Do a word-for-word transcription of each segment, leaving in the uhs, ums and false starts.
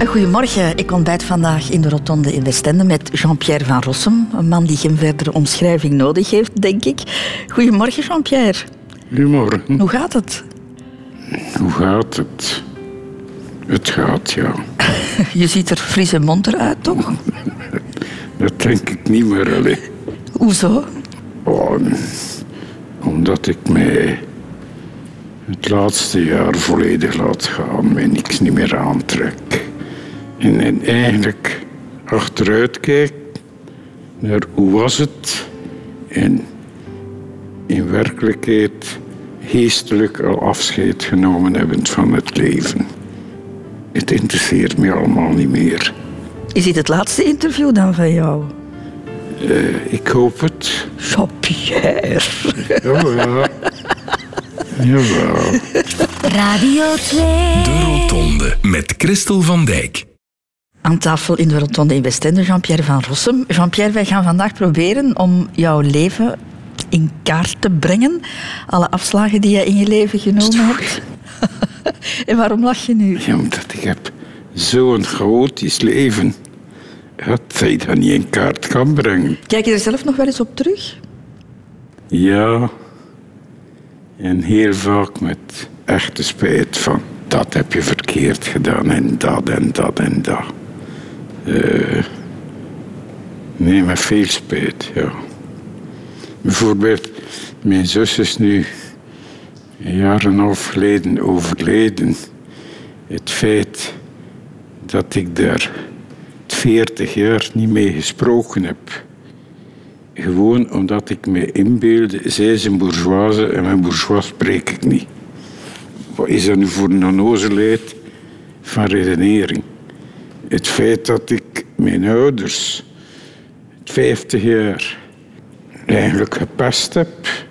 Goedemorgen, ik ontbijt vandaag in de Rotonde in Westende met Jean-Pierre van Rossem. Een man die geen verdere omschrijving nodig heeft, denk ik. Goedemorgen, Jean-Pierre. Goedemorgen. Hoe gaat het? Hoe gaat het? Het gaat, ja. Je ziet er fris en monter uit, toch? Dat denk ik niet meer, alleen. Hoezo? Oh, omdat ik mij het laatste jaar volledig laat gaan, mij niks niet meer aantrek. En, en eigenlijk achteruit kijk naar hoe was het en in werkelijkheid geestelijk al afscheid genomen hebben van het leven. Het interesseert me allemaal niet meer. Is dit het laatste interview dan van jou? Uh, ik hoop het. Jean-Pierre. Jawel. Jawel. Radio twee. De Rotonde met Christel van Dijk. Aan tafel in de Rotonde in Westende, Jean-Pierre van Rossem. Jean-Pierre, wij gaan vandaag proberen om jouw leven in kaart te brengen. Alle afslagen die je in je leven genomen hebt. En waarom lach je nu? Ja, omdat ik heb zo'n chaotisch leven dat je dat niet in kaart kan brengen. Kijk je er zelf nog wel eens op terug? Ja. En heel vaak met echte spijt van dat heb je verkeerd gedaan en dat en dat en dat. Uh, nee, met veel spijt, ja. Bijvoorbeeld, mijn zus is nu een jaar en een half geleden overleden. Het feit dat ik daar veertig jaar niet mee gesproken heb. Gewoon omdat ik me inbeelde, zij is een bourgeoise en met bourgeois spreek ik niet. Wat is dat nu voor een onnozelheid van redenering? Het feit dat ik mijn ouders vijftig jaar eigenlijk gepest heb.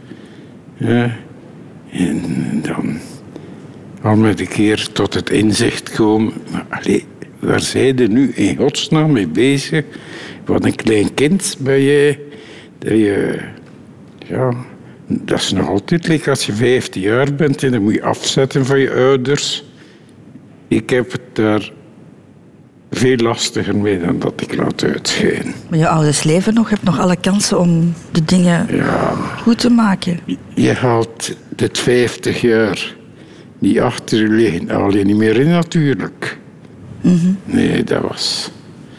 Ja, en dan al met een keer tot het inzicht komen. Maar allee, waar zijn je nu in godsnaam mee bezig? Wat een klein kind ben jij. Dat je, ja, dat is nog altijd like als je vijftien jaar bent en dan moet je afzetten van je ouders. Ik heb het daar veel lastiger mee dan dat ik laat uitschijnen. Maar je ouders leven nog, je hebt nog alle kansen om de dingen ja, goed te maken. Je haalt dit vijftig jaar die achter je liggen, haal je niet meer in natuurlijk. Mm-hmm. Nee, dat was...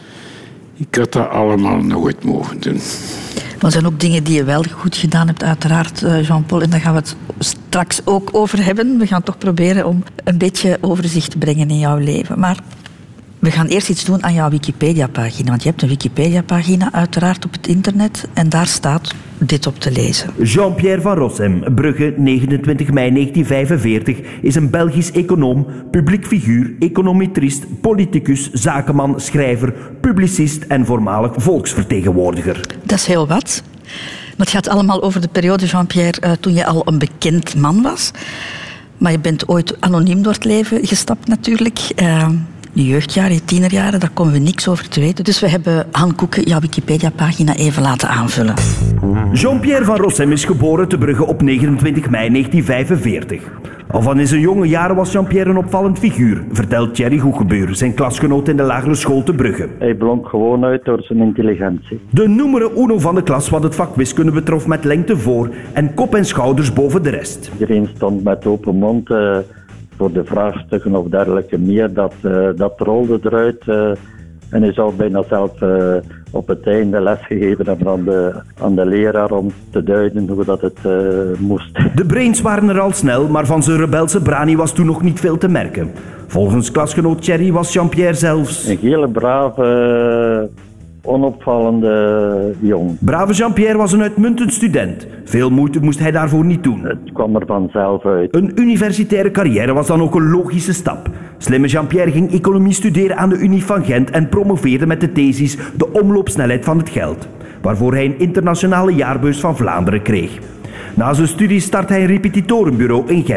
Ik had dat allemaal nooit mogen doen. Maar er zijn ook dingen die je wel goed gedaan hebt, uiteraard, Jean-Paul. En daar gaan we het straks ook over hebben. We gaan toch proberen om een beetje overzicht te brengen in jouw leven. Maar we gaan eerst iets doen aan jouw Wikipedia-pagina. Want je hebt een Wikipedia-pagina uiteraard op het internet. En daar staat dit op te lezen. Jean-Pierre van Rossem, Brugge, negenentwintig mei negentien vijfenveertig, is een Belgisch econoom, publiek figuur, econometrist, politicus, zakenman, schrijver, publicist en voormalig volksvertegenwoordiger. Dat is heel wat. Maar het gaat allemaal over de periode, Jean-Pierre, uh, toen je al een bekend man was. Maar je bent ooit anoniem door het leven gestapt natuurlijk. Uh, Je jeugdjaren, je tienerjaren, daar komen we niks over te weten. Dus we hebben Han Koeken jouw Wikipedia-pagina even laten aanvullen. Jean-Pierre van Rossem is geboren te Brugge op negenentwintig mei negentien vijfenveertig. Al van in zijn jonge jaren was Jean-Pierre een opvallend figuur, vertelt Thierry Goegebeur, zijn klasgenoot in de lagere school te Brugge. Hij blonk gewoon uit door zijn intelligentie. De numero uno van de klas wat het vak wiskunde betrof met lengte voor en kop en schouders boven de rest. Iedereen stond met open mond... Uh... voor de vraagstukken of dergelijke meer, dat, uh, dat rolde eruit. Uh, en hij zou bijna zelf uh, op het einde lesgegeven hebben aan de, aan de leraar om te duiden hoe dat het uh, moest. De brains waren er al snel, maar van zijn rebelse brani was toen nog niet veel te merken. Volgens klasgenoot Thierry was Jean-Pierre zelfs... een hele brave... Uh, onopvallende jong. Brave Jean-Pierre was een uitmuntend student. Veel moeite moest hij daarvoor niet doen. Het kwam er vanzelf uit. Een universitaire carrière was dan ook een logische stap. Slimme Jean-Pierre ging economie studeren aan de Unie van Gent en promoveerde met de thesis De omloopsnelheid van het geld, waarvoor hij een internationale jaarbeurs van Vlaanderen kreeg. Na zijn studie startte hij een repetitorenbureau in Gent.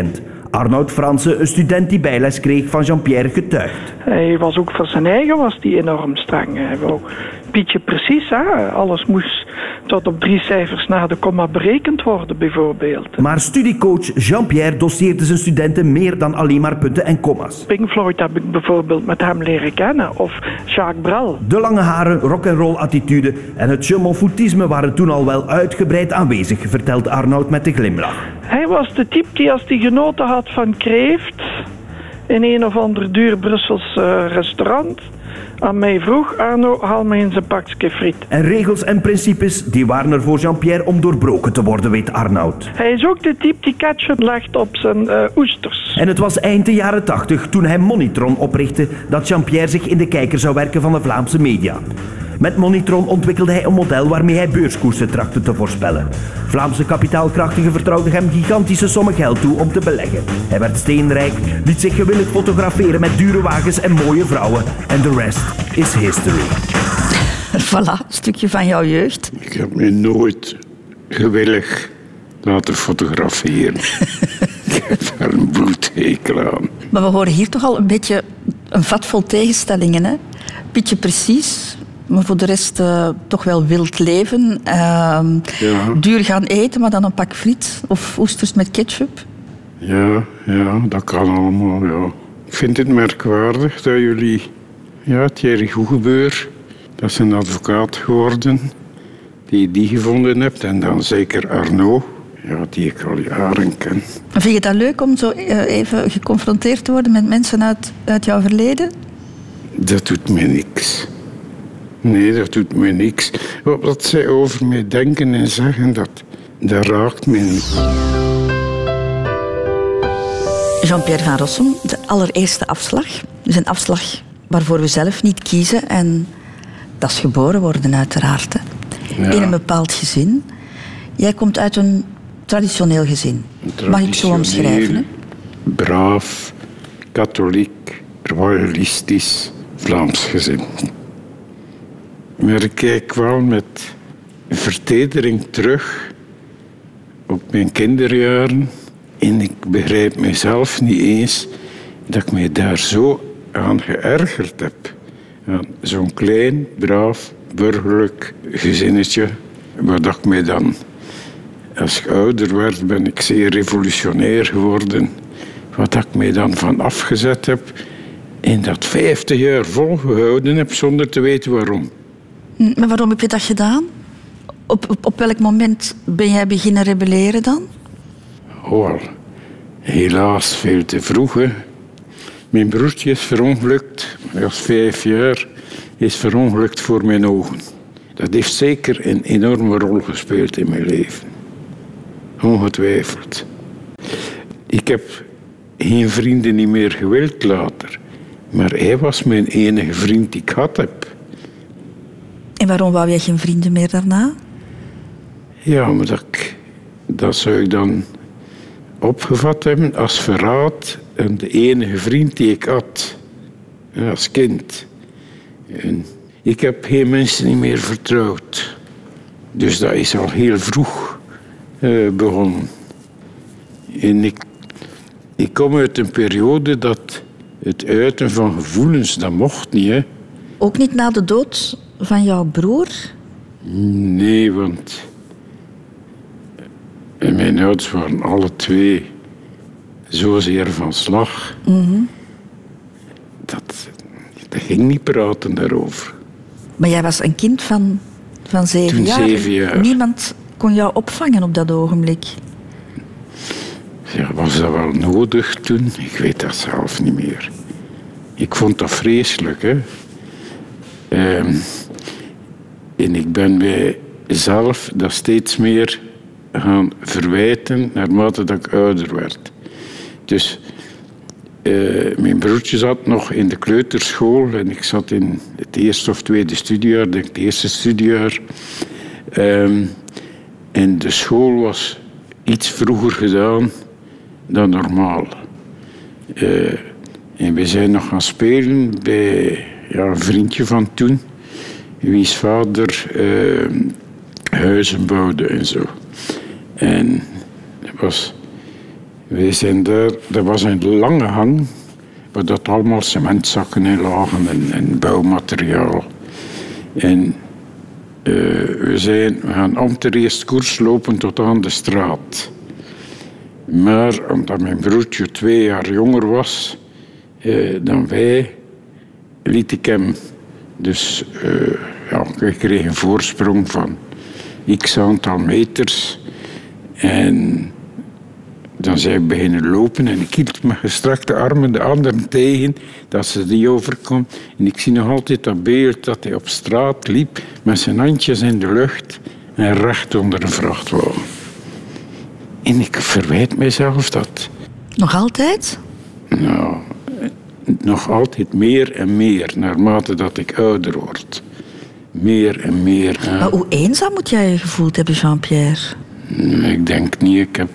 Arnoud Franse, een student die bijles kreeg van Jean-Pierre, getuigt. Hij was ook voor zijn eigen was die enorm streng. Hij wou Pietje precies, hè? Alles moest tot op drie cijfers na de komma berekend worden, bijvoorbeeld. Maar studiecoach Jean-Pierre doseerde zijn studenten meer dan alleen maar punten en komma's. Pink Floyd heb ik bijvoorbeeld met hem leren kennen, of Jacques Brel. De lange haren, rock'n'roll attitude en het je m'en foutisme waren toen al wel uitgebreid aanwezig, vertelt Arnoud met een glimlach. Hij was de type die als hij genoten had van kreeft in een of ander duur Brussels uh, restaurant aan mij vroeg, Arno, haal me eens een pakje friet. En regels en principes, die waren er voor Jean-Pierre om doorbroken te worden, weet Arnoud. Hij is ook de type die ketchup legt op zijn uh, oesters. En het was eind de jaren tachtig toen hij Monitron oprichtte dat Jean-Pierre zich in de kijker zou werken van de Vlaamse media. Met Monitron ontwikkelde hij een model waarmee hij beurskoersen trachtte te voorspellen. Vlaamse kapitaalkrachtigen vertrouwden hem gigantische sommen geld toe om te beleggen. Hij werd steenrijk, liet zich gewillig fotograferen met dure wagens en mooie vrouwen. En de rest is history. Voilà, een stukje van jouw jeugd. Ik heb me nooit gewillig laten fotograferen. Ik heb daar een bloedhekel aan. Maar we horen hier toch al een beetje een vat vol tegenstellingen, hè? Pietje precies, maar voor de rest uh, toch wel wild leven. Uh, Ja. Duur gaan eten, maar dan een pak friet of oesters met ketchup. Ja, ja, dat kan allemaal, ja. Ik vind het merkwaardig dat jullie... Ja, Thierry Goegebeur, dat is een advocaat geworden, die je die gevonden hebt. En dan zeker Arnaud, ja, die ik al jaren ken. Vind je dat leuk om zo uh, even geconfronteerd te worden met mensen uit, uit jouw verleden? Dat doet me niks. Nee, dat doet me niks. Wat zij over mij denken en zeggen, dat, dat raakt me niet. Jean-Pierre van Rossum, de allereerste afslag. Dus een afslag waarvoor we zelf niet kiezen. En dat is geboren worden, uiteraard. Hè. Ja. In een bepaald gezin. Jij komt uit een traditioneel gezin. Mag ik zo omschrijven? Hè? Braaf, katholiek, royalistisch, Vlaams gezin. Maar ik kijk wel met vertedering terug op mijn kinderjaren. En ik begrijp mezelf niet eens dat ik mij daar zo aan geërgerd heb. Aan zo'n klein, braaf, burgerlijk gezinnetje. Waar dat ik mij dan, als ik ouder werd, ben ik zeer revolutionair geworden. Wat ik mij dan van afgezet heb. En dat vijftig jaar volgehouden heb zonder te weten waarom. Maar waarom heb je dat gedaan? Op, op, op welk moment ben jij beginnen rebelleren dan? Oh, wel, helaas veel te vroeg. Hè. Mijn broertje is verongelukt. Hij was vijf jaar. Is verongelukt voor mijn ogen. Dat heeft zeker een enorme rol gespeeld in mijn leven. Ongetwijfeld. Ik heb geen vrienden niet meer gewild later. Maar hij was mijn enige vriend die ik had heb. En waarom wou jij geen vrienden meer daarna? Ja, maar dat, dat zou ik dan opgevat hebben als verraad aan de enige vriend die ik had. Ja, als kind. En ik heb geen mensen niet meer vertrouwd. Dus dat is al heel vroeg uh, begonnen. En ik, ik kom uit een periode dat het uiten van gevoelens, dat mocht niet, hè. Ook niet na de dood van jouw broer? Nee, want en mijn ouders waren alle twee zozeer van slag. Mm-hmm. Dat, dat ging niet praten daarover. Maar jij was een kind van, van zeven Toen jaar. zeven jaar. Niemand kon jou opvangen op dat ogenblik. Ja, was dat wel nodig toen? Ik weet dat zelf niet meer. Ik vond dat vreselijk, hè. Um, en ik ben mij zelf dat steeds meer gaan verwijten naarmate dat ik ouder werd. Dus uh, mijn broertje zat nog in de kleuterschool en ik zat in het eerste of tweede studiejaar, denk ik het eerste studiejaar. Um, en de school was iets vroeger gedaan dan normaal. Uh, en we zijn nog gaan spelen bij ja, een vriendje van toen, wie's vader uh, huizen bouwde en zo. En dat was Wij zijn daar, er was een lange hang, waar dat allemaal cementzakken in lagen en, en bouwmateriaal. En uh, we zijn, we gaan om te eerst koers lopen tot aan de straat. Maar omdat mijn broertje twee jaar jonger was uh, dan wij, liet ik hem. Dus uh, ja, ik kreeg een voorsprong van x aantal meters. En dan zijn we beginnen lopen en ik hield met gestrekte armen de anderen tegen, dat ze die overkwam. En ik zie nog altijd dat beeld dat hij op straat liep met zijn handjes in de lucht en recht onder een vrachtwagen. En ik verwijt mezelf dat. Nog altijd? Nou, nog altijd meer en meer, naarmate dat ik ouder word. Meer en meer. Maar hoe eenzaam moet jij je gevoeld hebben, Jean-Pierre? Ik denk niet, ik heb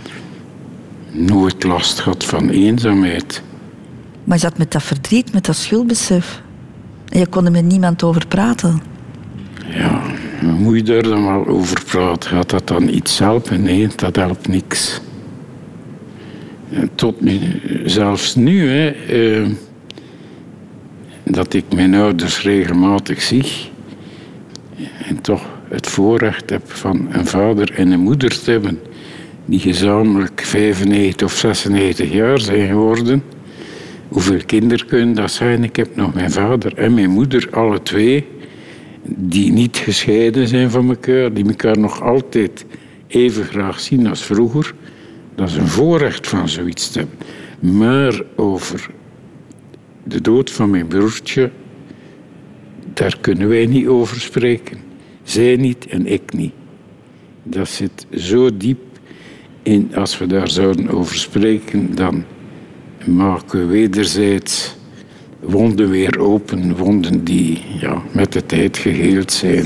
nooit last gehad van eenzaamheid. Maar je zat met dat verdriet, met dat schuldbesef. En je kon er met niemand over praten. Ja, moet je daar dan wel over praten? Gaat dat dan iets helpen? Nee, dat helpt niks. En tot nu, zelfs nu, hè, eh, dat ik mijn ouders regelmatig zie en toch het voorrecht heb van een vader en een moeder te hebben die gezamenlijk vijfennegentig of zesennegentig jaar zijn geworden. Hoeveel kinderen kunnen dat zijn? Ik heb nog mijn vader en mijn moeder, alle twee, die niet gescheiden zijn van elkaar, die elkaar nog altijd even graag zien als vroeger. Dat is een voorrecht van zoiets te hebben. Maar over de dood van mijn broertje, daar kunnen wij niet over spreken. Zij niet en ik niet. Dat zit zo diep in, als we daar zouden over spreken, dan maken we wederzijds wonden weer open, wonden die ja, met de tijd geheeld zijn.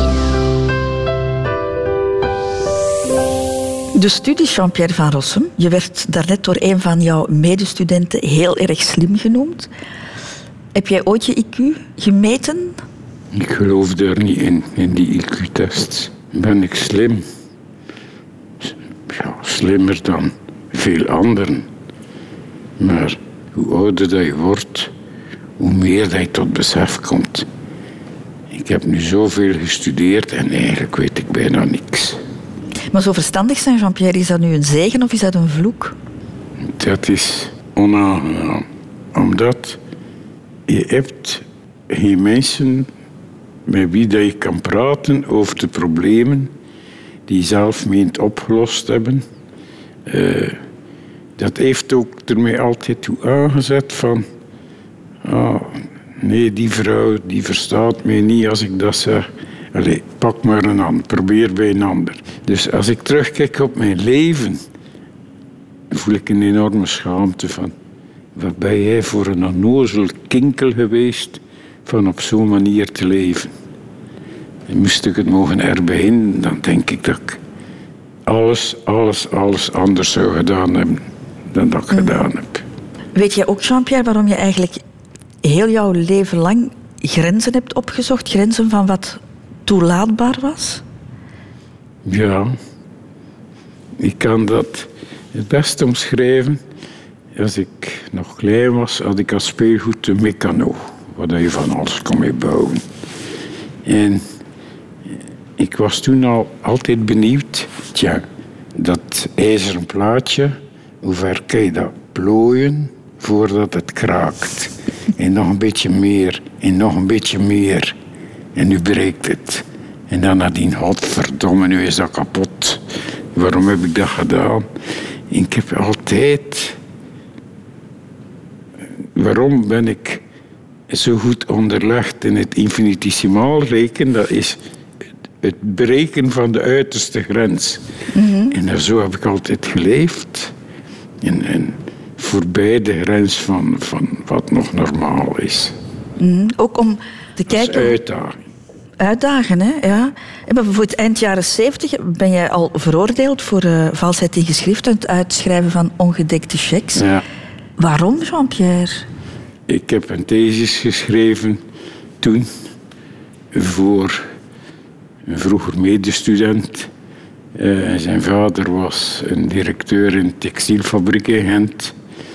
De studie Jean-Pierre van Rossum, je werd daarnet door een van jouw medestudenten heel erg slim genoemd. Heb jij ooit je I Q gemeten? Ik geloof daar niet in, in die I Q-tests. Ben ik slim? Ja, slimmer dan veel anderen. Maar hoe ouder dat je wordt, hoe meer dat je tot besef komt. Ik heb nu zoveel gestudeerd en eigenlijk weet ik bijna niks. Maar zo verstandig zijn, Jean-Pierre, is dat nu een zegen of is dat een vloek? Dat is onaangenaam. Omdat je hebt geen mensen met wie dat je kan praten over de problemen die je zelf meent opgelost hebben. Uh, dat heeft ook ermee altijd toe aangezet van... Oh, nee, die vrouw die verstaat mij niet als ik dat zeg. Allee, pak maar een ander, probeer bij een ander. Dus als ik terugkijk op mijn leven, voel ik een enorme schaamte van... Wat ben jij voor een onnozel kinkel geweest van op zo'n manier te leven? En moest ik het mogen erbeginnen, dan denk ik dat ik alles, alles, alles anders zou gedaan hebben dan dat ik mm. gedaan heb. Weet jij ook, Jean-Pierre, waarom je eigenlijk heel jouw leven lang grenzen hebt opgezocht? Grenzen van wat toelaatbaar was? Ja, ik kan dat het best omschrijven. Als ik nog klein was, had ik als speelgoed een Meccano, waar je van alles kon mee bouwen. En ik was toen al altijd benieuwd, tja, dat ijzeren plaatje, hoe ver kan je dat plooien voordat het kraakt? En nog een beetje meer, en nog een beetje meer. En nu breekt het. En dan nadien, godverdomme, nu is dat kapot. Waarom heb ik dat gedaan? En ik heb altijd... Waarom ben ik zo goed onderlegd in het infinitesimaal rekenen? Dat is het breken van de uiterste grens. Mm-hmm. En zo heb ik altijd geleefd. En, en voorbij de grens van, van wat nog normaal is. Mm-hmm. Ook om te kijken... Dat is uitdaging. Uitdagen, hè? Ja. En bijvoorbeeld eind jaren zeventig ben jij al veroordeeld voor uh, valsheid in geschrift en het uitschrijven van ongedekte checks. Ja. Waarom, Jean-Pierre? Ik heb een thesis geschreven toen voor een vroeger medestudent Uh, zijn vader was een directeur in een textielfabriek in Gent.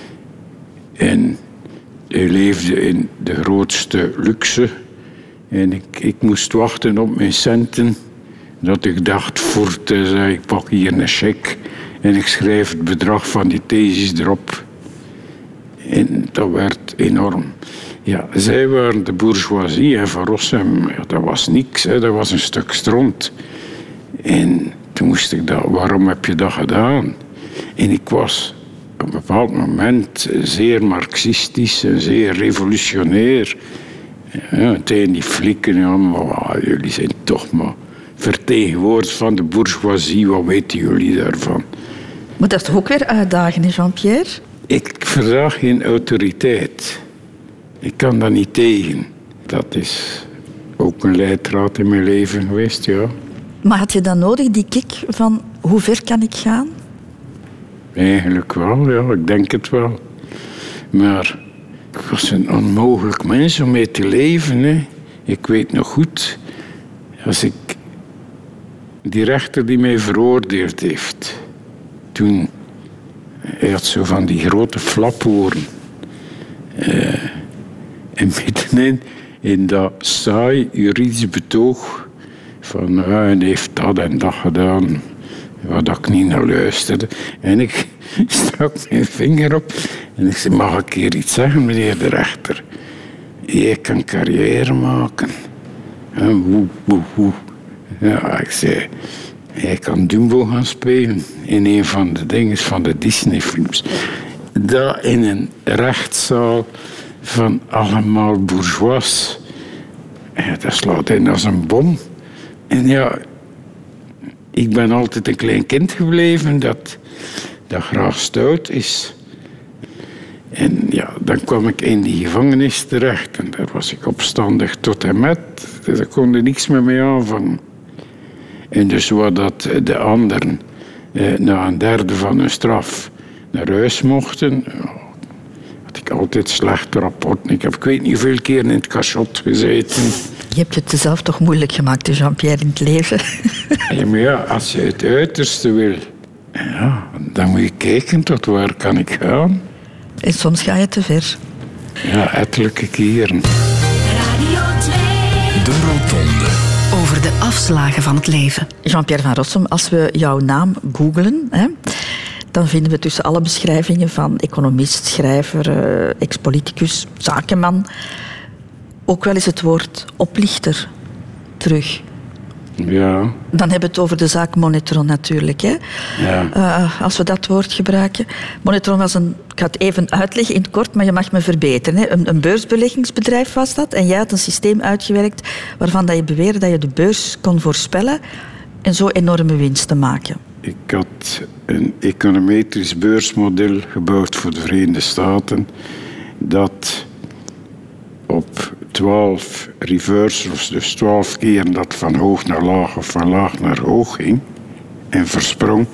En hij leefde in de grootste luxe. En ik, ik moest wachten op mijn centen. Dat ik dacht, voort, zei ik pak hier een cheque. En ik schrijf het bedrag van die thesis erop. En dat werd enorm. Ja, zij waren de bourgeoisie en Van Rossum, ja, dat was niks, hè, dat was een stuk stront. En toen moest ik dat, waarom heb je dat gedaan? En ik was op een bepaald moment zeer marxistisch en zeer revolutionair. Ja, tegen die flikken, ja, maar jullie zijn toch maar vertegenwoordigers van de bourgeoisie, wat weten jullie daarvan? Maar dat is toch ook weer uitdagen, hè, Jean-Pierre? Ik verdraag geen autoriteit. Ik kan dat niet tegen. Dat is ook een leidraad in mijn leven geweest, ja. Maar had je dan nodig, die kick van hoe ver kan ik gaan? Eigenlijk wel, ja, ik denk het wel. Maar ik was een onmogelijk mens om mee te leven, hè. Ik weet nog goed, als ik die rechter die mij veroordeeld heeft, toen, hij had zo van die grote flaporen. Uh, en middenin, in dat saai juridisch betoog van, ah, hij heeft dat en dat gedaan, waar ik niet naar luisterde. En ik stak mijn vinger op en ik zei, mag ik hier iets zeggen, meneer de rechter? Jij kan carrière maken. En woe, woe, woe. Ja, ik zei, hij kan Dumbo gaan spelen in een van de dingen van de Disney-films. Dat in een rechtszaal van allemaal bourgeois. Ja, dat slaat in als een bom. En ja, ik ben altijd een klein kind gebleven dat, dat graag stout is. En ja, dan kwam ik in die gevangenis terecht en daar was ik opstandig tot en met. Dus daar kon er niks meer mee aanvangen. En dus wat dat de anderen eh, na een derde van hun straf naar huis mochten, had ik altijd slechte rapporten. Ik heb ik weet niet hoeveel keer in het cachot gezeten. Je hebt het jezelf toch moeilijk gemaakt, Jean-Pierre, in het leven? Ja, maar ja, als je het uiterste wil, ja, dan moet je kijken tot waar kan ik gaan. En soms ga je te ver. Ja, ettelijke keren. Radio twee. De Rotonde. Over de afslagen van het leven. Jean-Pierre van Rossum, als we jouw naam googlen, hè, dan vinden we tussen alle beschrijvingen van economist, schrijver, uh, ex-politicus, zakenman, ook wel eens het woord oplichter terug. Ja. Dan hebben we het over de zaak Monetron natuurlijk. Hè. Ja. Uh, als we dat woord gebruiken. Monetron was een, ik ga het even uitleggen in het kort, maar je mag me verbeteren. Hè. Een, een beursbeleggingsbedrijf was dat. En jij had een systeem uitgewerkt waarvan dat je beweerde dat je de beurs kon voorspellen en zo enorme winsten maken. Ik had een econometrisch beursmodel gebouwd voor de Verenigde Staten dat op twaalf reversals, dus twaalf keer dat van hoog naar laag of van laag naar hoog ging en versprong,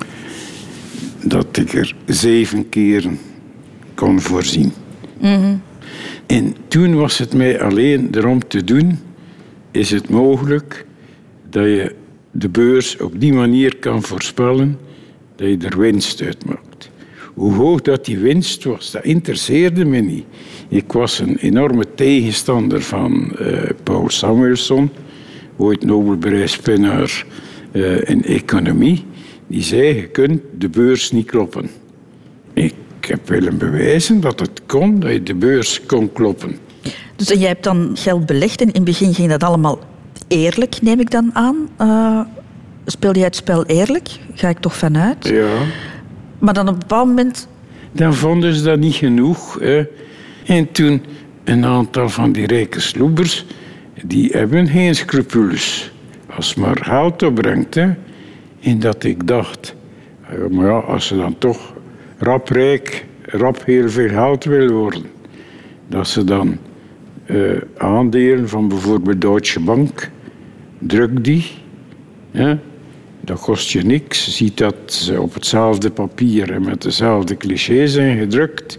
dat ik er zeven keren kon voorzien. Mm-hmm. En toen was het mij alleen erom te doen, is het mogelijk dat je de beurs op die manier kan voorspellen dat je er winst uit maakt. Hoe hoog dat die winst was, dat interesseerde me niet. Ik was een enorme tegenstander van uh, Paul Samuelson, ooit Nobelprijswinnaar uh, in economie. Die zei, je kunt de beurs niet kloppen. Ik heb willen bewijzen dat het kon, dat je de beurs kon kloppen. Dus jij hebt dan geld belegd en in het begin ging dat allemaal eerlijk, neem ik dan aan. Uh, speelde jij het spel eerlijk? Ga ik toch vanuit? Ja. Maar dan op een bepaald moment... Dan vonden ze dat niet genoeg. Hè. En toen een aantal van die rijke sloebers, die hebben geen scrupules. Als het maar geld opbrengt. Hè. En dat ik dacht, maar ja, als ze dan toch rap rijk, rap heel veel geld willen worden, dat ze dan uh, aandelen van bijvoorbeeld Deutsche Bank, druk die. Hè. Dat kost je niks. Ziet dat ze op hetzelfde papier en met dezelfde clichés zijn gedrukt.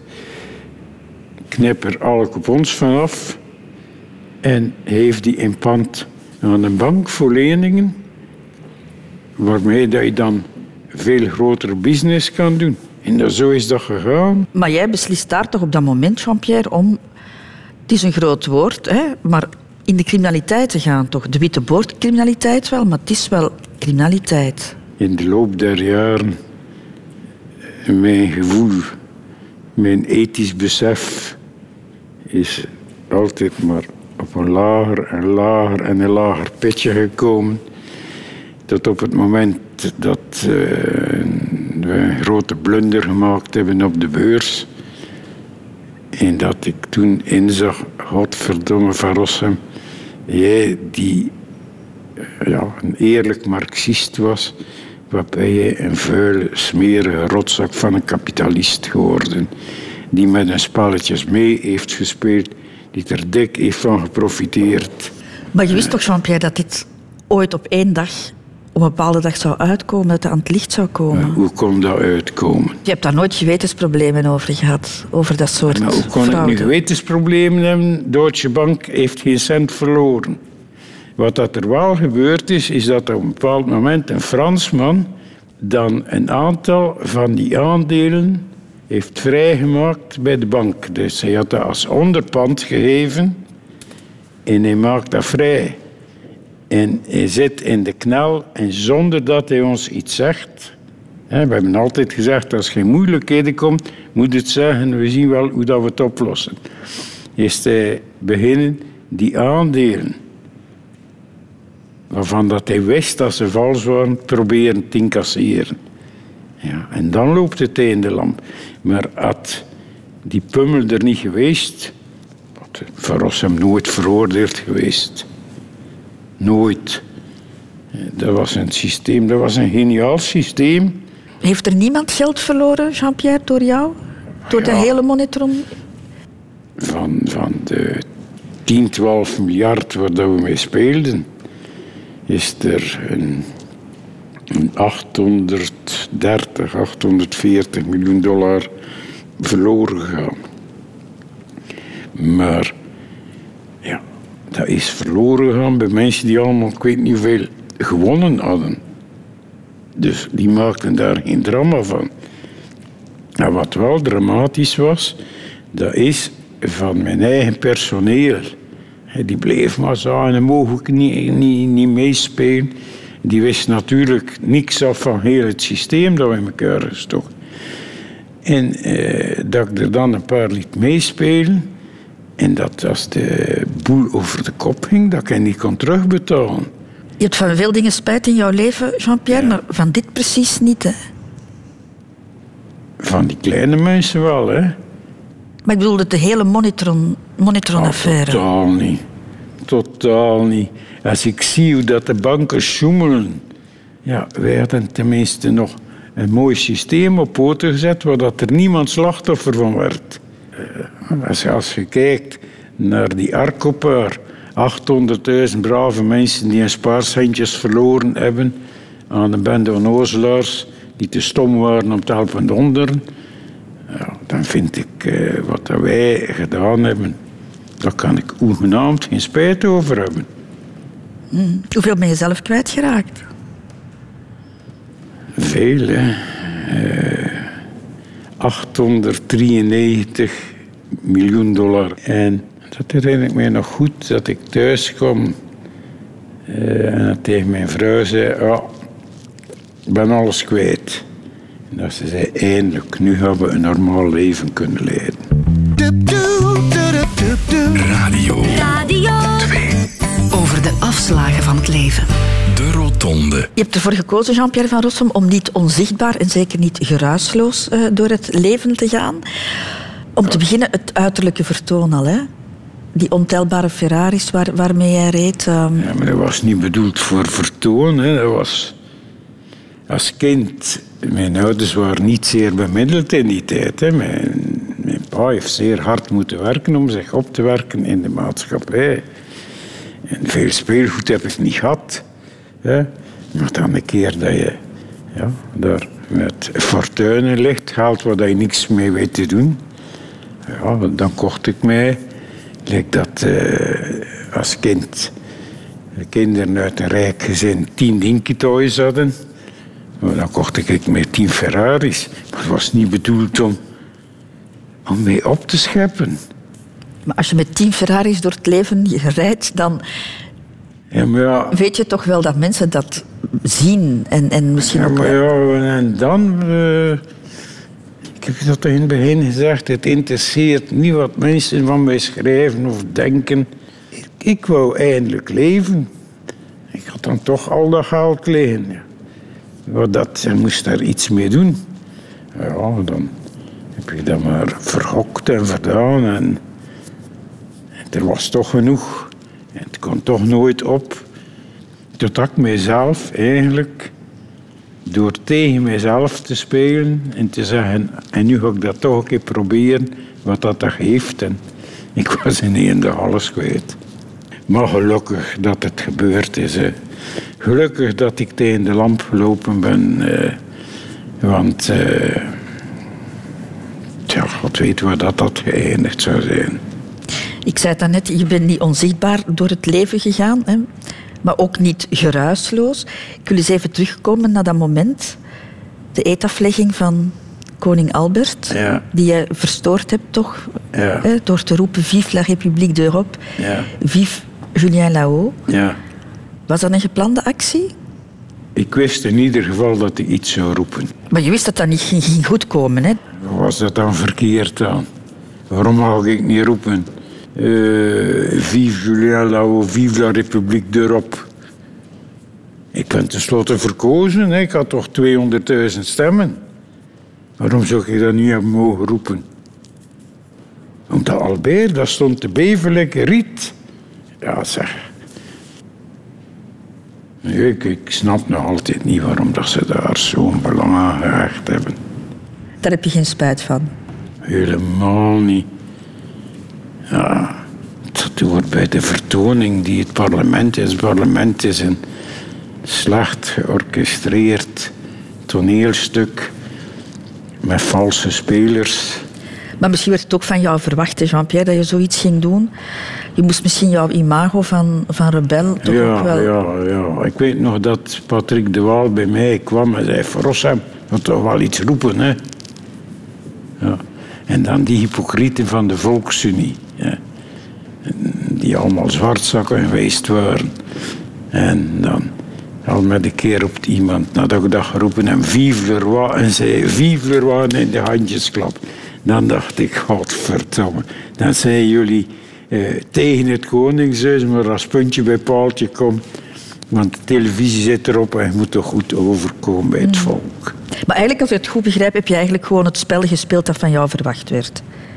Knip er alle coupons vanaf en heeft die in pand aan een bank voor leningen. waarmee dat je dan veel groter business kan doen. En dat, zo is dat gegaan. Maar jij beslist daar toch op dat moment, Jean-Pierre, om... Het is een groot woord, hè, maar in de criminaliteit te gaan toch. De witte boordcriminaliteit wel, maar het is wel criminaliteit. In de loop der jaren, mijn gevoel, mijn ethisch besef is altijd maar op een lager en lager en een lager pitje gekomen. Tot op het moment dat uh, we een grote blunder gemaakt hebben op de beurs. En dat ik toen inzag, godverdomme Van Rossum, jij die ja, een eerlijk marxist was, wat ben jij een vuile, smerige rotzak van een kapitalist geworden. Die met een spelletjes mee heeft gespeeld, die er dik heeft van geprofiteerd. Maar je wist toch, Jean-Pierre, dat dit ooit op één dag, op een bepaalde dag zou uitkomen, dat het aan het licht zou komen? Maar hoe kon dat uitkomen? Je hebt daar nooit gewetensproblemen over gehad, over dat soort maar hoe kon fraude? ik nu gewetensproblemen hebben? Deutsche Bank heeft geen cent verloren. Wat dat er wel gebeurd is, is dat op een bepaald moment een Fransman dan een aantal van die aandelen heeft vrijgemaakt bij de bank. Dus hij had dat als onderpand gegeven en hij maakt dat vrij. En hij zit in de knel en zonder dat hij ons iets zegt. Hè, we hebben altijd gezegd, als er geen moeilijkheden komt, moet het zeggen, we zien wel hoe dat we het oplossen. Is hij beginnen die aandelen, waarvan dat hij wist dat ze vals waren, proberen te incasseren. Ja, en dan loopt het in de lamp. Maar had die pummel er niet geweest, had Van Rossum nooit veroordeeld geweest. Nooit. Dat was een systeem, dat was een geniaal systeem. Heeft er niemand geld verloren, Jean-Pierre, door jou? Door Ja. de hele monitoring? Van, van de tien, twaalf miljard waar dat we mee speelden, is er een, een achthonderddertig, achthonderdveertig miljoen dollar verloren gegaan. Maar ja, dat is verloren gegaan bij mensen die allemaal, ik weet niet hoeveel, gewonnen hadden. Dus die maakten daar geen drama van. En wat wel dramatisch was, dat is van mijn eigen personeel. Die bleef maar zo en mogelijk niet, niet, niet meespelen. Die wist natuurlijk niks af van heel het systeem dat we in elkaar gestoken. En eh, dat ik er dan een paar liet meespelen. En dat als de boel over de kop ging, dat ik hen niet kon terugbetalen. Je hebt van veel dingen spijt in jouw leven, Jean-Pierre, Ja. maar van dit precies niet, hè? Van die kleine mensen wel, hè. Maar ik bedoelde de hele monitoron, monitoron-affaire. Ah, totaal niet. Totaal niet. Als ik zie hoe dat de banken sjoemelen. Ja, wij hadden tenminste nog een mooi systeem op poten gezet waar dat er niemand slachtoffer van werd. Uh, als, als je kijkt naar die Arkopaar, achthonderdduizend brave mensen die een spaarcentjes verloren hebben aan een bende onnozelaars die te stom waren om te helpen donderen. Ja, dan vind ik uh, wat dat wij gedaan hebben, daar kan ik hoegenaamd geen spijt over hebben. Mm. Hoeveel ben je zelf kwijtgeraakt? Veel, hè. Uh, achthonderddrieënnegentig miljoen dollar. En dat herinner ik mij nog goed, dat ik thuis kwam uh, en dat tegen mijn vrouw zei, ja, ik ben alles kwijt. En dat ze zei, eindelijk, nu gaan we een normaal leven kunnen leiden. Radio Radio Over de afslagen van het leven. De Rotonde. Je hebt ervoor gekozen, Jean-Pierre Van Rossum, om niet onzichtbaar en zeker niet geruisloos uh, door het leven te gaan. Om te beginnen het uiterlijke vertoon al, hè? Die ontelbare Ferraris waar, waarmee jij reed. Um... Ja, maar dat was niet bedoeld voor vertoon, hè. Dat was als kind. Mijn ouders waren niet zeer bemiddeld in die tijd, hè. Mijn, mijn pa heeft zeer hard moeten werken om zich op te werken in de maatschappij. En veel speelgoed heb ik niet gehad. Hè. Maar dan een keer dat je ja, daar met fortuinen ligt, haalt waar je niks mee weet te doen. Ja, dan kocht ik mij, like dat uh, als kind, de kinderen uit een rijk gezin tien Dinky-toys hadden. Maar dan kocht ik meer tien Ferraris. Maar het was niet bedoeld om, om mee op te scheppen. Maar als je met tien Ferraris door het leven rijdt, dan ja, maar ja, weet je toch wel dat mensen dat zien. En, en misschien ja, ook... maar ja, en dan... Uh, ik heb dat in het begin gezegd. Het interesseert niet wat mensen van mij schrijven of denken. Ik, ik wou eindelijk leven. Ik had dan toch al dat geld liggen. Ja. Wat dat, en moest daar iets mee doen. Ja, dan heb ik dat maar vergokt en verdaan. En, en er was toch genoeg. En het kon toch nooit op. Totdat ik mijzelf eigenlijk, door tegen mijzelf te spelen en te zeggen, en nu ga ik dat toch een keer proberen, wat dat, dat geeft. En ik was in één dag alles kwijt. Maar gelukkig dat het gebeurd is. Hè. Gelukkig dat ik tegen de lamp gelopen ben. Eh, want, eh, tja, God weet waar dat, dat geëindigd zou zijn. Ik zei het daarnet, je bent niet onzichtbaar door het leven gegaan, hè, maar ook niet geruisloos. Ik wil eens even terugkomen naar dat moment, de eetaflegging van koning Albert, ja. die je verstoord hebt toch, Ja. hè, door te roepen Vive la République d'Europe, Ja. Vive Julien Lahaut. Ja. Was dat een geplande actie? Ik wist in ieder geval dat ik iets zou roepen. Maar je wist dat dat niet ging, ging goedkomen, hè? Was dat dan verkeerd aan? Waarom mag ik niet roepen? Uh, vive Julien Lahaut, vive la République d'Europe. Ik ben tenslotte verkozen, hè. Ik had toch tweehonderdduizend stemmen. Waarom zou ik dat niet hebben mogen roepen? Omdat Albert, dat stond te bevelen, riet. Ja, zeg. Nee, ik, ik snap nog altijd niet waarom dat ze daar zo'n belang aan gehecht hebben. Daar heb je geen spijt van. Helemaal niet. Ja, dat hoort bij de vertoning die het parlement is. Het parlement is een slecht georchestreerd toneelstuk met valse spelers. Maar misschien werd het ook van jou verwacht, hè, Jean-Pierre, dat je zoiets ging doen. Je moest misschien jouw imago van, van rebel toch ja, ook wel... Ja, ja. Ik weet nog dat Patrick de Waal bij mij kwam en zei... Rossem, je moet toch wel iets roepen, hè? Ja. En dan die hypocrieten van de Volksunie. Ja. Die allemaal zwartzakken geweest waren. En dan al met een keer roept iemand, nadat ik dat geroepen heb... Vive le roi, en zei vive le roi en in de handjes klap. Dan dacht ik, godverdomme. Dan zijn jullie eh, tegen het koningshuis, maar als puntje bij paaltje komt... Want de televisie zit erop en je moet toch goed overkomen bij het volk. Maar eigenlijk, als ik het goed begrijp, heb je eigenlijk gewoon het spel gespeeld dat van jou verwacht werd.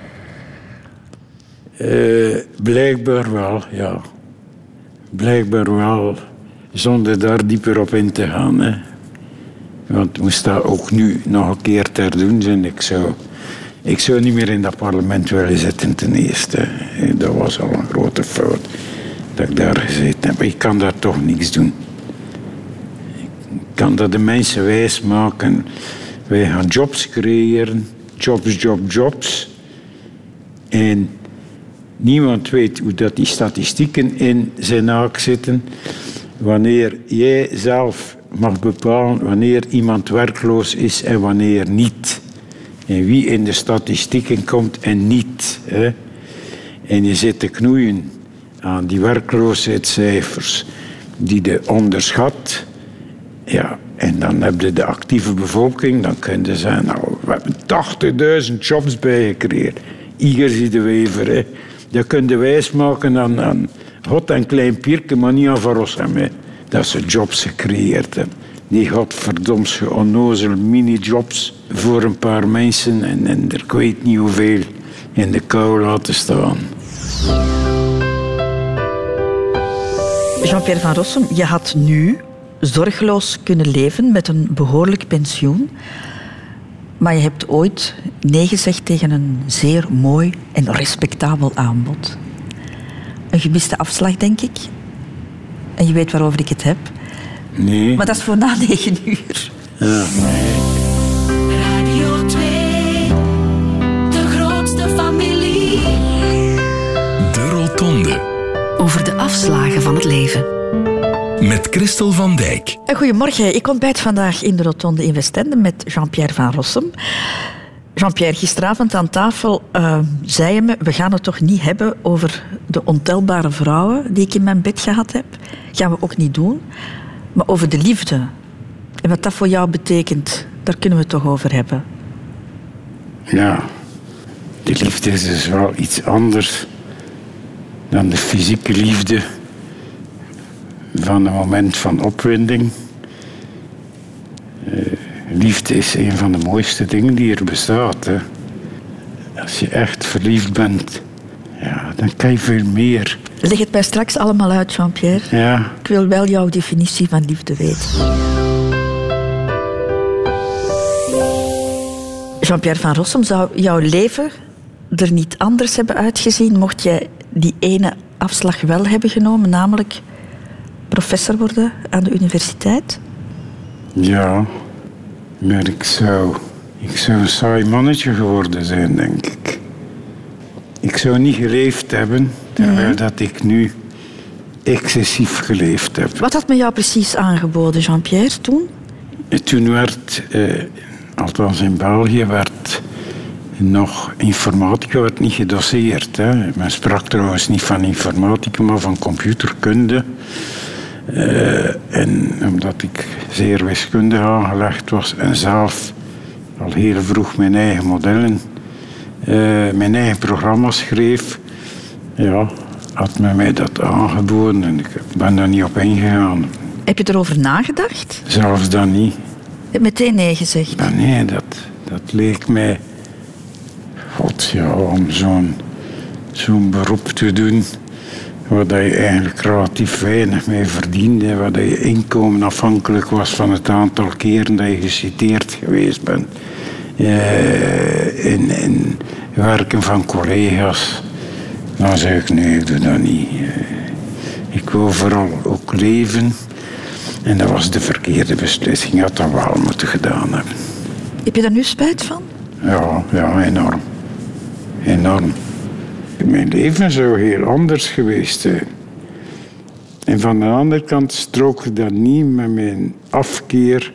Uh, blijkbaar wel, ja. Blijkbaar wel, zonder daar dieper op in te gaan. Hè. Want ik moest dat ook nu nog een keer ter doen zijn. Ik zou, ik zou niet meer in dat parlement willen zitten ten eerste. Dat was al een grote fout dat ik daar gezeten heb. Ik kan daar toch niks doen. Ik kan dat de mensen wijs maken. Wij gaan jobs creëren. Jobs, jobs, jobs. En niemand weet hoe dat die statistieken in zijn haak zitten. Wanneer jij zelf mag bepalen wanneer iemand werkloos is en wanneer niet. En wie in de statistieken komt en niet. Hè. En je zit te knoeien aan die werkloosheidscijfers die je onderschat. Ja, en dan heb je de actieve bevolking. Dan kun je zeggen, nou, we hebben tachtigduizend jobs bijgecreëerd. Iger zie de wever, hè. Dat kun je wijsmaken aan, aan God en Klein Pierke, maar niet aan Van Rossem, hè. Dat ze jobs gecreëerd hebben. Die godverdomse onnozel mini-jobs voor een paar mensen en, en er ik weet niet hoeveel in de kou laten staan. Jean-Pierre Van Rossem, je had nu zorgeloos kunnen leven met een behoorlijk pensioen. Maar je hebt ooit nee gezegd tegen een zeer mooi en respectabel aanbod. Een gemiste afslag, denk ik. En je weet waarover ik het heb. Nee. Maar dat is voor na negen uur. Ja, nee. Radio twee, de grootste familie. De Rotonde. Over de afslagen van het leven. met Christel van Dijk. Goedemorgen, ik ontbijt vandaag in de Rotonde in Westende met Jean-Pierre van Rossum. Jean-Pierre, gisteravond aan tafel uh, zei je me, we gaan het toch niet hebben over de ontelbare vrouwen die ik in mijn bed gehad heb. Gaan we ook niet doen. Maar over de liefde. En wat dat voor jou betekent, daar kunnen we het toch over hebben. Ja, de liefde is dus wel iets anders dan de fysieke liefde van een moment van opwinding. Uh, liefde is een van de mooiste dingen die er bestaat. Hè. Als je echt verliefd bent, ja, dan kan je veel meer. Leg het mij straks allemaal uit, Jean-Pierre. Ja. Ik wil wel jouw definitie van liefde weten. Jean-Pierre van Rossum, zou jouw leven er niet anders hebben uitgezien mocht jij die ene afslag wel hebben genomen, namelijk professor worden aan de universiteit? Ja, maar ik zou, ik zou een saai mannetje geworden zijn, denk ik. Ik zou niet geleefd hebben, terwijl mm. dat ik nu excessief geleefd heb. Wat had men jou precies aangeboden, Jean-Pierre, toen? Toen werd, eh, althans in België, werd nog informatica werd niet gedoseerd. Hè. Men sprak trouwens niet van informatica, maar van computerkunde. Uh, en omdat ik zeer wiskundig aangelegd was en zelf al heel vroeg mijn eigen modellen, uh, mijn eigen programma schreef, ja, had men mij dat aangeboden en ik ben daar niet op ingegaan. Heb je erover nagedacht? Zelfs dan niet. Je hebt meteen nee gezegd. Maar nee, dat, dat leek mij, god ja, om zo'n, zo'n beroep te doen waar je eigenlijk relatief weinig mee verdiende, waar je inkomen afhankelijk was van het aantal keren dat je geciteerd geweest bent. Uh, in, in werken van collega's. Dan zeg ik, nee, ik doe dat niet. Uh, ik wil vooral ook leven. En dat was de verkeerde beslissing. Ik had dat wel moeten gedaan hebben. Heb je daar nu spijt van? Ja, ja, enorm. Enorm. Mijn leven zou heel anders geweest zijn. En van de andere kant strookte dat niet met mijn afkeer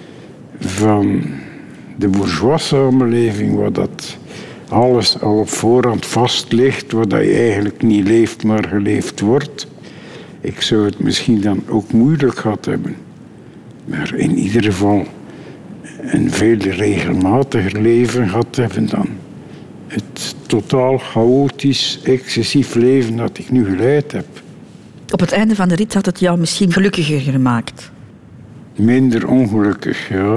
van de bourgeois samenleving, waar dat alles al op voorhand vast ligt, waar dat je eigenlijk niet leeft, maar geleefd wordt. Ik zou het misschien dan ook moeilijk gehad hebben. Maar in ieder geval een veel regelmatiger leven gehad hebben dan het totaal chaotisch, excessief leven dat ik nu geleid heb. Op het einde van de rit had het jou misschien gelukkiger gemaakt? Minder ongelukkig, ja.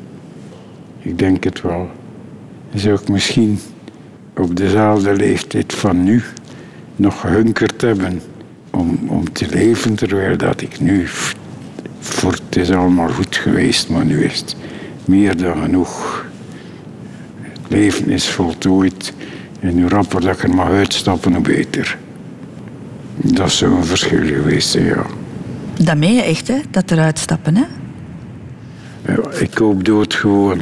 Ik denk het wel. Zou ik misschien op dezelfde leeftijd van nu nog gehunkerd hebben om, om te leven, terwijl dat ik nu, voor het is allemaal goed geweest, maar nu is het meer dan genoeg. Het leven is voltooid en hoe rapper dat ik er mag uitstappen, hoe beter. Dat zou een verschil geweest zijn, ja. Dat meen je echt, hè? Dat eruit stappen, hè? Ja, ik hoop dood gewoon.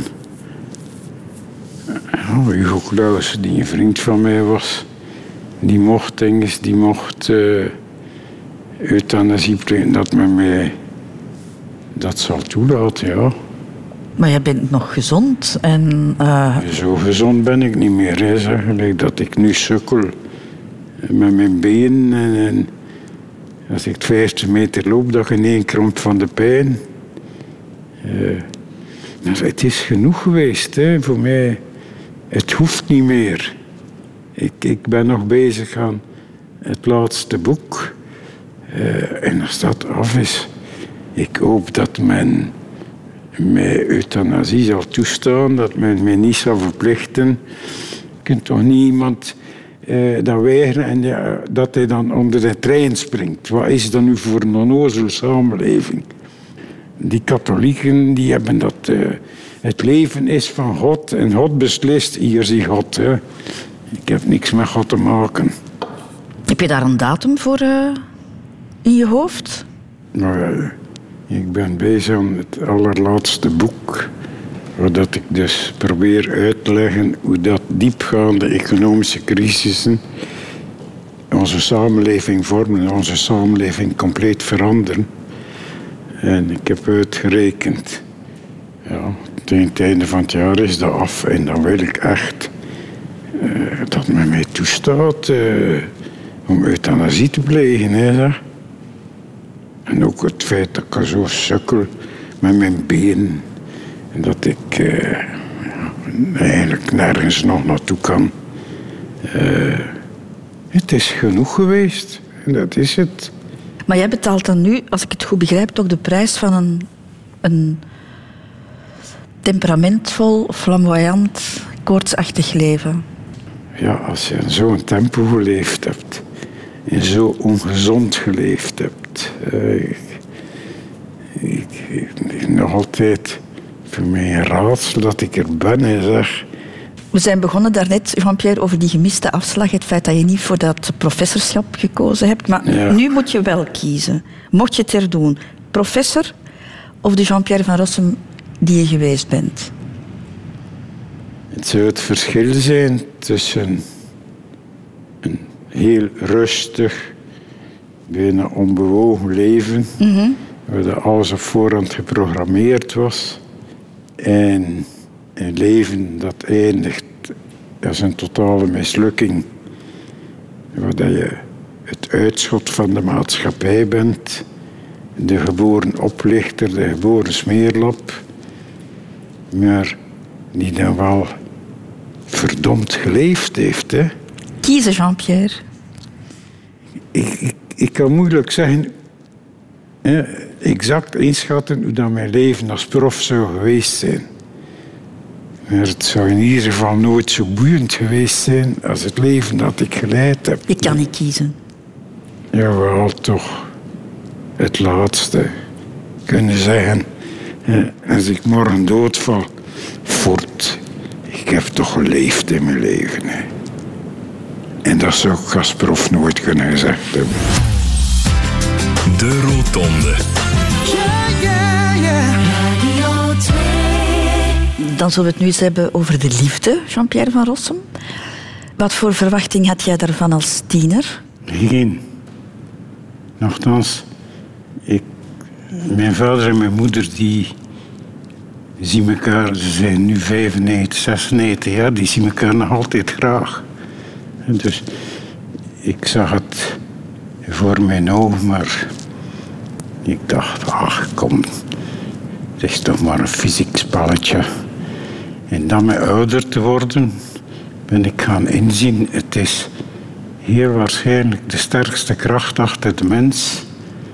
Oh, Hugo Claus, die een vriend van mij was, die mocht Engels, die mocht uh, euthanasie plegen, dat men mij dat zal toelaten, ja. Maar jij bent nog gezond en... Uh... Zo gezond ben ik niet meer, hè, zeg. Gelijk dat ik nu sukkel met mijn benen en, en als ik vijftig meter loop, dat ik ineen kromp van de pijn. Uh, maar het is genoeg geweest, hè, voor mij. Het hoeft niet meer. Ik, ik ben nog bezig aan het laatste boek. Uh, en als dat af is, ik hoop dat men mij euthanasie zal toestaan, dat men mij niet zal verplichten. Je kunt toch niet iemand uh, dat weigeren en ja, dat hij dan onder de trein springt. Wat is dat nu voor een onnozele samenleving? Die katholieken die hebben dat... Uh, het leven is van God en God beslist, hier zie God. Hè. Ik heb niks met God te maken. Heb je daar een datum voor uh, in je hoofd? Nou, uh, ik ben bezig aan het allerlaatste boek, waar dat ik dus probeer uit te leggen hoe dat diepgaande economische crisissen onze samenleving vormen en onze samenleving compleet veranderen. En ik heb uitgerekend. Ja, tegen het einde van het jaar is dat af. En dan wil ik echt uh, dat men mij toestaat uh, om euthanasie te plegen. Hè, zeg. En ook het feit dat ik zo sukkel met mijn benen. En dat ik uh, ja, eigenlijk nergens nog naartoe kan. Uh, het is genoeg geweest. En dat is het. Maar jij betaalt dan nu, als ik het goed begrijp, toch de prijs van een, een temperamentvol, flamboyant, koortsachtig leven. Ja, als je in zo'n tempo geleefd hebt, en zo ongezond geleefd hebt, uh, ik, ik, ik, nog altijd voor mij een raadsel dat ik er ben en zeg. We zijn begonnen daarnet, Jean-Pierre, over die gemiste afslag. Het feit dat je niet voor dat professorschap gekozen hebt. Maar ja. Nu moet je wel kiezen. Mocht je het er doen. Professor of de Jean-Pierre van Rossum die je geweest bent? Het zou het verschil zijn tussen een heel rustig, bijna onbewogen leven, mm-hmm. waar alles op voorhand geprogrammeerd was, en een leven dat eindigt als een totale mislukking, waar je het uitschot van de maatschappij bent, de geboren oplichter, de geboren smeerlap, maar die dan wel verdomd geleefd heeft. Hè. Kiezen, Jean-Pierre. Ik, ik, ik kan moeilijk zeggen, hè, exact inschatten hoe dat mijn leven als prof zou geweest zijn. Maar het zou in ieder geval nooit zo boeiend geweest zijn als het leven dat ik geleid heb. Je kan niet kiezen. Jawel, toch. Het laatste. Kunnen zeggen, hè, als ik morgen doodval, voort. Ik heb toch geleefd in mijn leven. Hè. En dat zou ik als prof nooit kunnen gezegd hebben. De Rotonde. Yeah, yeah, yeah. Radio twee. Dan zullen we het nu eens hebben over de liefde, Jean-Pierre van Rossum. Wat voor verwachting had jij daarvan als tiener? Geen. Nochtans, ik, mijn vader en mijn moeder die zien elkaar, ze zijn nu vijfennegentig, zesennegentig jaar, die zien elkaar nog altijd graag. En dus ik zag het voor mijn ogen, maar ik dacht, ach kom, het is toch maar een fysiek spelletje. En dan met ouder te worden, ben ik gaan inzien, het is heel waarschijnlijk de sterkste kracht achter de mens.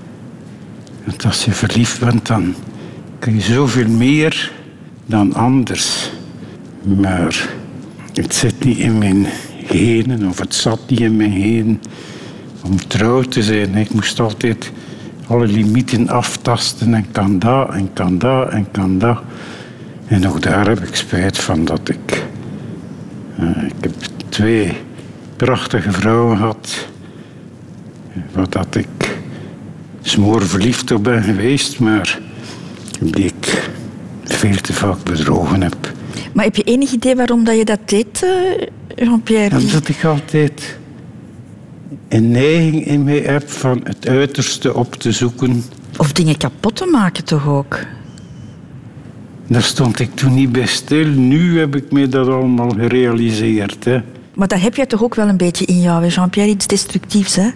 Want als je verliefd bent, dan kun je zoveel meer dan anders. Maar het zit niet in mijn genen, of het zat niet in mijn genen om trouw te zijn. Ik moest altijd alle limieten aftasten en kan dat, en kan dat, en kan dat. En ook daar heb ik spijt van dat ik... Uh, ik heb twee prachtige vrouwen gehad, wat dat ik smoor verliefd op ben geweest, maar die ik veel te vaak bedrogen heb. Maar heb je enig idee waarom dat je dat deed, uh, Jean-Pierre? Omdat ik altijd een neiging in mij heb van het uiterste op te zoeken. Of dingen kapot te maken toch ook? Daar stond ik toen niet bij stil. Nu heb ik me dat allemaal gerealiseerd. Hè. Maar dat heb jij toch ook wel een beetje in jou, Jean-Pierre? Iets destructiefs, hè?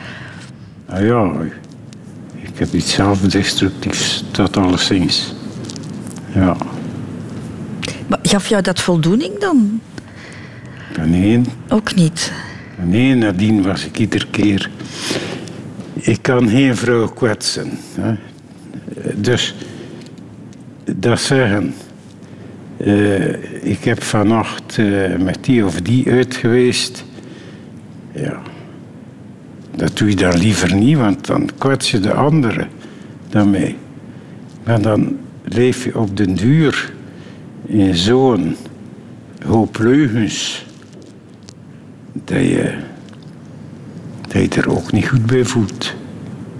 Ah ja, ik heb iets zelfdestructiefs, dat alleszins. Ja. Maar gaf jou dat voldoening dan? Nee. Ook niet? Nee, nadien was ik iedere keer... Ik kan geen vrouw kwetsen. Hè. Dus... Dat zeggen... Uh, ik heb vannacht uh, met die of die uit geweest. Ja. Dat doe je dan liever niet, want dan kwets je de anderen dan mij. Maar dan leef je op den duur in zo'n hoop leugens dat je, dat je er ook niet goed bij voelt.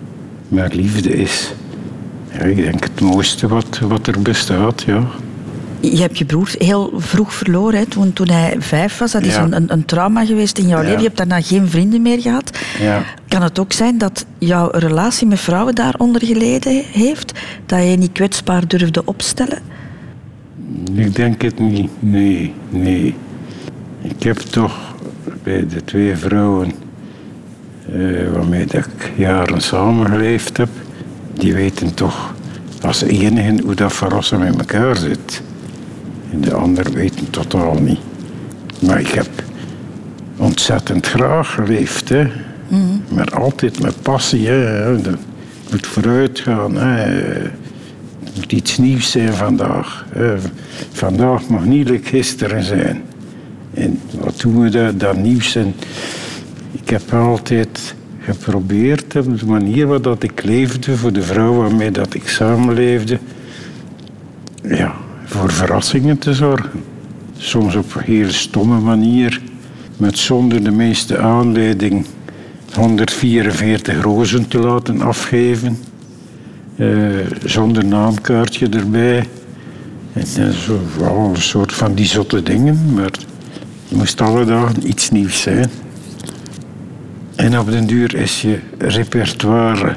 Maar liefde is, ja, ik denk, het mooiste wat, wat er bestaat, ja. Je hebt je broer heel vroeg verloren, hè, toen, toen hij vijf was. Dat is Ja. een, een, een trauma geweest in jouw Ja. leven. Je hebt daarna geen vrienden meer gehad. Ja. Kan het ook zijn dat jouw relatie met vrouwen daaronder geleden heeft? Dat je je niet kwetsbaar durfde opstellen? Ik denk het niet. Nee, nee. Ik heb toch bij de twee vrouwen uh, waarmee dat ik jaren samengeleefd heb, die weten toch als enigen hoe dat voor ons met elkaar zit. En de anderen weten totaal niet. Maar ik heb ontzettend graag geleefd, hè. Mm-hmm. Maar altijd met passie, hè. Het moet vooruit gaan, hè. Het moet iets nieuws zijn vandaag. Hè. Vandaag mag niet like gisteren zijn. En wat doen we daar, dat nieuws? En ik heb altijd geprobeerd, op de manier waarop ik leefde, voor de vrouw waarmee dat ik samenleefde, ja, voor verrassingen te zorgen. Soms op een heel stomme manier, met zonder de meeste aanleiding honderdvierenveertig rozen te laten afgeven, uh, zonder naamkaartje erbij. En, en zo, wel, een soort van die zotte dingen, maar het moest alle dagen iets nieuws zijn. En op den duur is je repertoire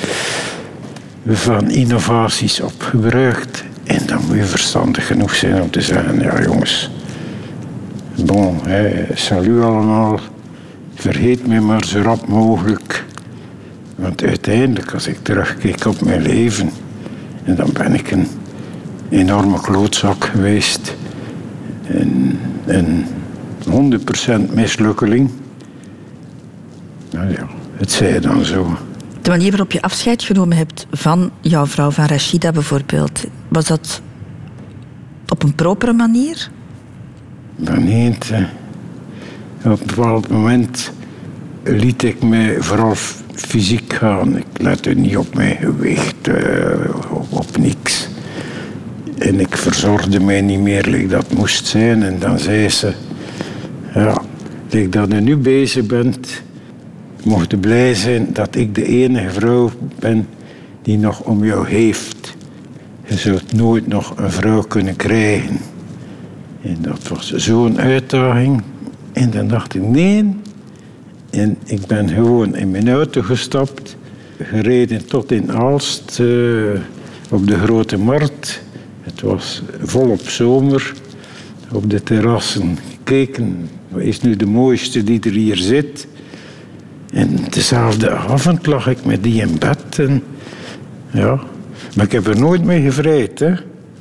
van innovaties opgebruikt. En dan moet je verstandig genoeg zijn om te zeggen, ja jongens, bon, hè, salut allemaal, vergeet me maar zo rap mogelijk. Want uiteindelijk, als ik terugkijk op mijn leven, en dan ben ik een enorme klootzak geweest. En een honderd procent mislukkeling. Nou ja, het zij dan zo. De manier waarop je afscheid genomen hebt van jouw vrouw, van Rachida bijvoorbeeld, was dat op een propere manier? Dan niet. Hè. Op een bepaald moment liet ik mij vooral fysiek gaan. Ik lette niet op mijn gewicht, uh, op, op niks. En ik verzorgde mij niet meer like dat moest zijn. En dan zei ze, ja, like dat je nu bezig bent, mocht je blij zijn dat ik de enige vrouw ben die nog om jou heeft. Je zult nooit nog een vrouw kunnen krijgen. En dat was zo'n uitdaging. En dan dacht ik, nee. En ik ben gewoon in mijn auto gestapt, gereden tot in Aalst, uh, op de Grote Markt. Het was volop zomer. Op de terrassen gekeken, wat is nu de mooiste die er hier zit? En dezelfde avond lag ik met die in bed. En, ja. Maar ik heb er nooit mee gevrijd, hè.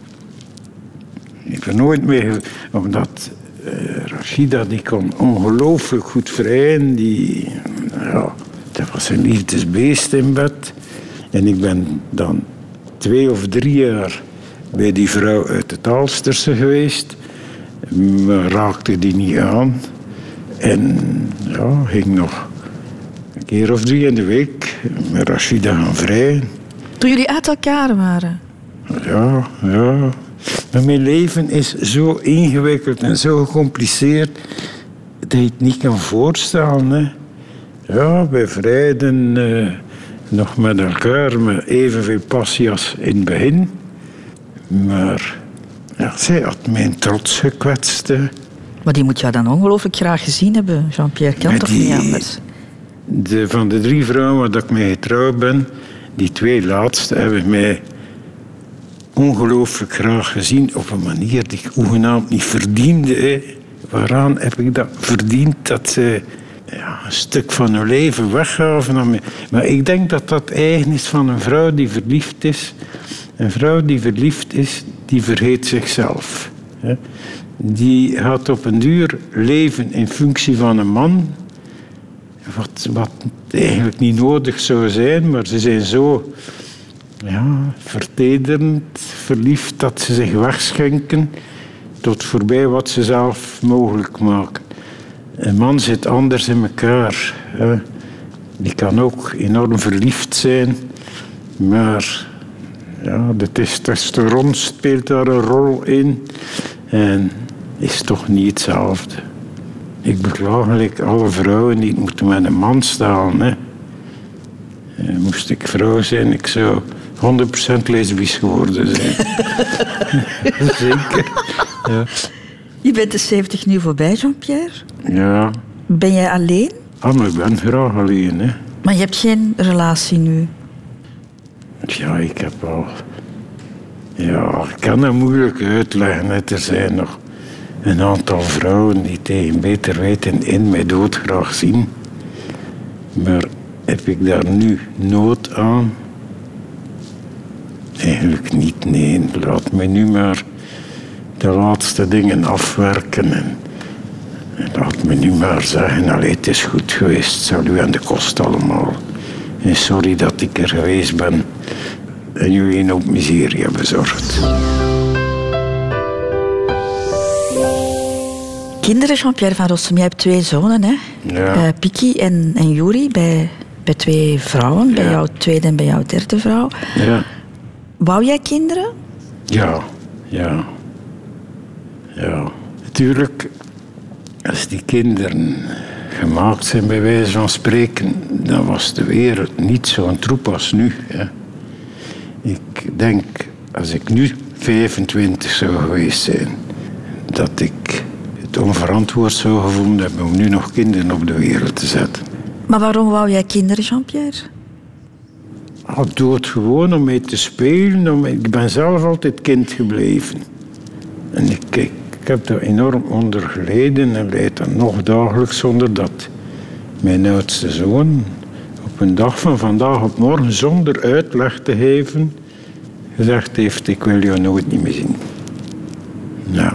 Ik heb er nooit mee gevrijd, omdat uh, Rachida die kon ongelooflijk goed vrijen. Die, ja, dat was een liefdesbeest in bed. En ik ben dan twee of drie jaar bij die vrouw uit het Aalsterse geweest. Maar raakte die niet aan. En ja, ging nog een keer of drie in de week met Rachida gaan vrijen. Toen jullie uit elkaar waren? Ja, ja. Maar mijn leven is zo ingewikkeld en zo gecompliceerd dat je het niet kan voorstellen. Hè. Ja, wij vrijden uh, nog met elkaar met evenveel passie als in het begin. Maar ja, zij had mijn trots gekwetst. Hè. Maar die moet jou dan ongelooflijk graag gezien hebben, Jean-Pierre. Kan toch niet anders? De, van de drie vrouwen waar ik mee getrouwd ben, die twee laatste hebben mij ongelooflijk graag gezien op een manier die ik hoegenaamd niet verdiende. Hè. Waaraan heb ik dat verdiend? Dat ze ja, een stuk van hun leven weggaven aan mij. Maar ik denk dat dat eigen is van een vrouw die verliefd is. Een vrouw die verliefd is, die vergeet zichzelf. Hè. Die gaat op een duur leven in functie van een man. Wat, wat eigenlijk niet nodig zou zijn, maar ze zijn zo ja, vertederend, verliefd dat ze zich wegschenken tot voorbij wat ze zelf mogelijk maken. Een man zit anders in elkaar. Hè. Die kan ook enorm verliefd zijn, maar ja, de testosteron speelt daar een rol in en is toch niet hetzelfde. Ik beklaag eigenlijk alle vrouwen die moeten met een man staan. Hè. Moest ik vrouw zijn, ik zou honderd procent lesbisch geworden zijn. Zeker. Ja. Je bent de zeventig nu voorbij, Jean-Pierre. Ja. Ben jij alleen? Ah, maar ik ben graag alleen, hè. Maar je hebt geen relatie nu? Ja, ik heb al... Ja, ik kan dat moeilijk uitleggen. Hè. Er zijn nog een aantal vrouwen die tegen beter weten in mij doodgraag zien. Maar heb ik daar nu nood aan? Eigenlijk niet, nee. Laat me nu maar de laatste dingen afwerken. En, en laat me nu maar zeggen, allee, het is goed geweest. Salut aan de kost allemaal. En sorry dat ik er geweest ben en jullie een hoop miserie hebben bezorgd. Kinderen, Jean-Pierre van Rossum, jij hebt twee zonen, hè? Ja. Uh, Piki en, en Juri, bij, bij twee vrouwen, bij Ja. jouw tweede en bij jouw derde vrouw. Ja. Wou jij kinderen? Ja, ja. Ja. Natuurlijk, als die kinderen gemaakt zijn, bij wijze van spreken, dan was de wereld niet zo'n troep als nu. Hè. Ik denk, als ik nu vijfentwintig zou geweest zijn, dat ik het onverantwoord zou gevonden hebben om nu nog kinderen op de wereld te zetten. Maar waarom wou jij kinderen, Jean-Pierre? Ah, doe het gewoon om mee te spelen. Om, ik ben zelf altijd kind gebleven. En ik, ik, ik heb daar enorm onder geleden en leid dan nog dagelijks onder dat mijn oudste zoon op een dag van vandaag op morgen zonder uitleg te geven gezegd heeft, ik wil jou nooit niet meer zien. Ja.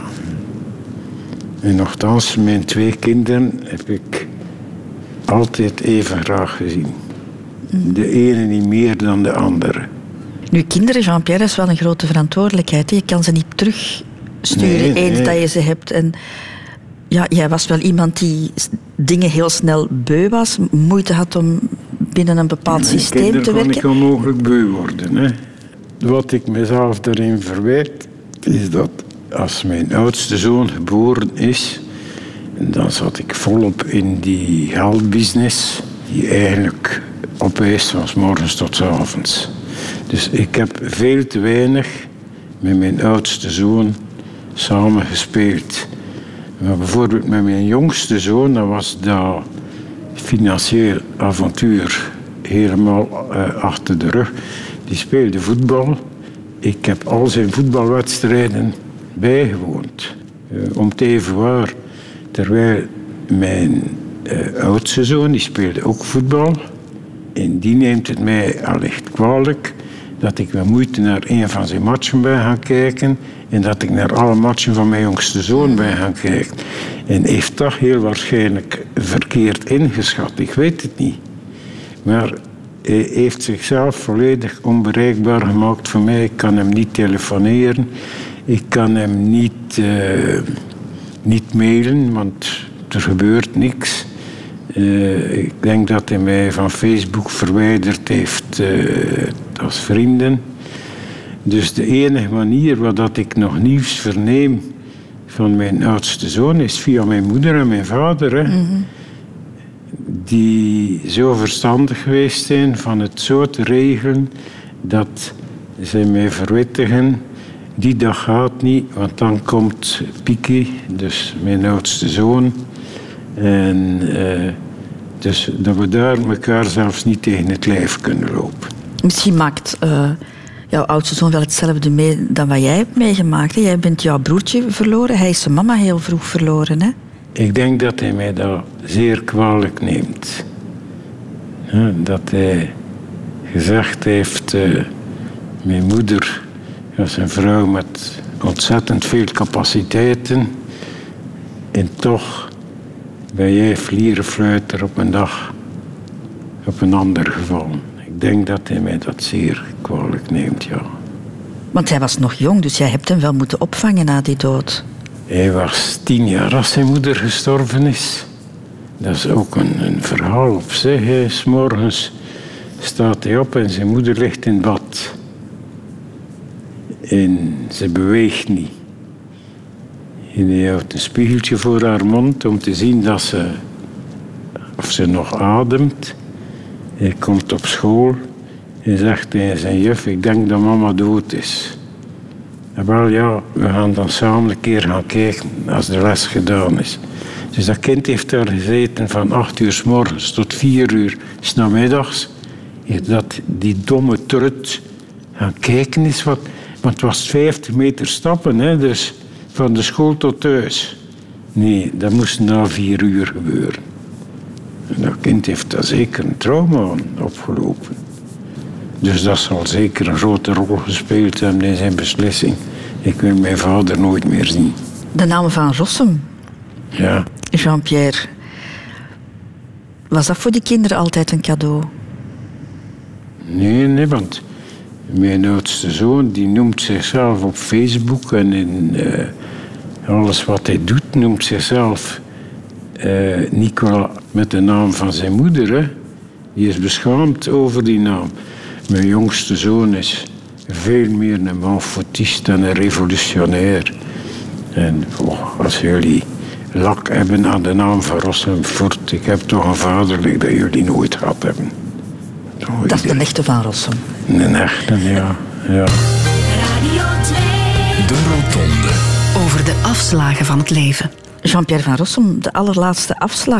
En nochtans, mijn twee kinderen heb ik altijd even graag gezien. De ene niet meer dan de andere. Nu, kinderen, Jean-Pierre, is wel een grote verantwoordelijkheid. Hè? Je kan ze niet terugsturen Nee, eens nee. dat je ze hebt. En ja, jij was wel iemand die s- dingen heel snel beu was, moeite had om binnen een bepaald Mijn systeem te kinderen kan werken. ik onmogelijk beu worden. Hè. Wat ik mezelf daarin verwijt, is dat als mijn oudste zoon geboren is, dan zat ik volop in die geldbusiness, die eigenlijk opeist van 's morgens tot 's avonds. Dus ik heb veel te weinig met mijn oudste zoon samen gespeeld. Maar bijvoorbeeld met mijn jongste zoon, dan was dat financieel avontuur helemaal uh, achter de rug. Die speelde voetbal. Ik heb al zijn voetbalwedstrijden bijgewoond. Uh, om te even waar. Terwijl mijn uh, oudste zoon, die speelde ook voetbal. En die neemt het mij allicht kwalijk dat ik met moeite naar een van zijn matchen ben gaan kijken en dat ik naar alle matchen van mijn jongste zoon ben gaan kijken. En heeft dat heel waarschijnlijk verkeerd ingeschat. Ik weet het niet. Maar hij heeft zichzelf volledig onbereikbaar gemaakt voor mij. Ik kan hem niet telefoneren. Ik kan hem niet, uh, niet mailen, want er gebeurt niks. Uh, ik denk dat hij mij van Facebook verwijderd heeft uh, als vrienden. Dus de enige manier waarop ik nog nieuws verneem van mijn oudste zoon is via mijn moeder en mijn vader. Hè, mm-hmm. Die zo verstandig geweest zijn van het zo te regelen dat ze mij verwittigen. Die dag gaat niet, want dan komt Piki, dus mijn oudste zoon. En uh, dus dat we daar elkaar zelfs niet tegen het lijf kunnen lopen. Misschien maakt uh, jouw oudste zoon wel hetzelfde mee dan wat jij hebt meegemaakt. Hè? Jij bent jouw broertje verloren. Hij is zijn mama heel vroeg verloren. Hè? Ik denk dat hij mij dat zeer kwalijk neemt. Ja, dat hij gezegd heeft, uh, mijn moeder was een vrouw met ontzettend veel capaciteiten. En toch ben jij vlierenfluiter op een dag op een ander gevallen. Ik denk dat hij mij dat zeer kwalijk neemt, ja. Want hij was nog jong, dus jij hebt hem wel moeten opvangen na die dood. Hij was tien jaar als zijn moeder gestorven is. Dat is ook een, een verhaal op zich. Hè. 's Morgens staat hij op en zijn moeder ligt in bad. En ze beweegt niet. En hij houdt een spiegeltje voor haar mond om te zien dat ze, of ze nog ademt. Hij komt op school en zegt tegen zijn juf, ik denk dat mama dood is. En wel ja, we gaan dan samen een keer gaan kijken als de les gedaan is. Dus dat kind heeft daar gezeten van acht uur 's morgens tot vier uur 's namiddags. Dat die domme trut gaan kijken is wat. Want het was vijftig meter stappen, hè, dus van de school tot thuis. Nee, dat moest na vier uur gebeuren. En dat kind heeft daar zeker een trauma aan opgelopen. Dus dat zal zeker een grote rol gespeeld hebben in zijn beslissing. Ik wil mijn vader nooit meer zien. De naam van Rossum, Ja. Jean-Pierre. Was dat voor die kinderen altijd een cadeau? Nee, nee, want mijn oudste zoon die noemt zichzelf op Facebook en in uh, alles wat hij doet noemt zichzelf uh, Nicolas met de naam van zijn moeder. Hè. Die is beschaamd over die naam. Mijn jongste zoon is veel meer een manfotist en een revolutionair. En oh, als jullie lak hebben aan de naam van Rossum Fort, ik heb toch een vader dat jullie nooit gehad hebben. Dat is de echte van Rossum. Een echte, ja. ja. Radio twee. De Rotonde. Over de afslagen van het leven. Jean-Pierre van Rossum, de allerlaatste afslag.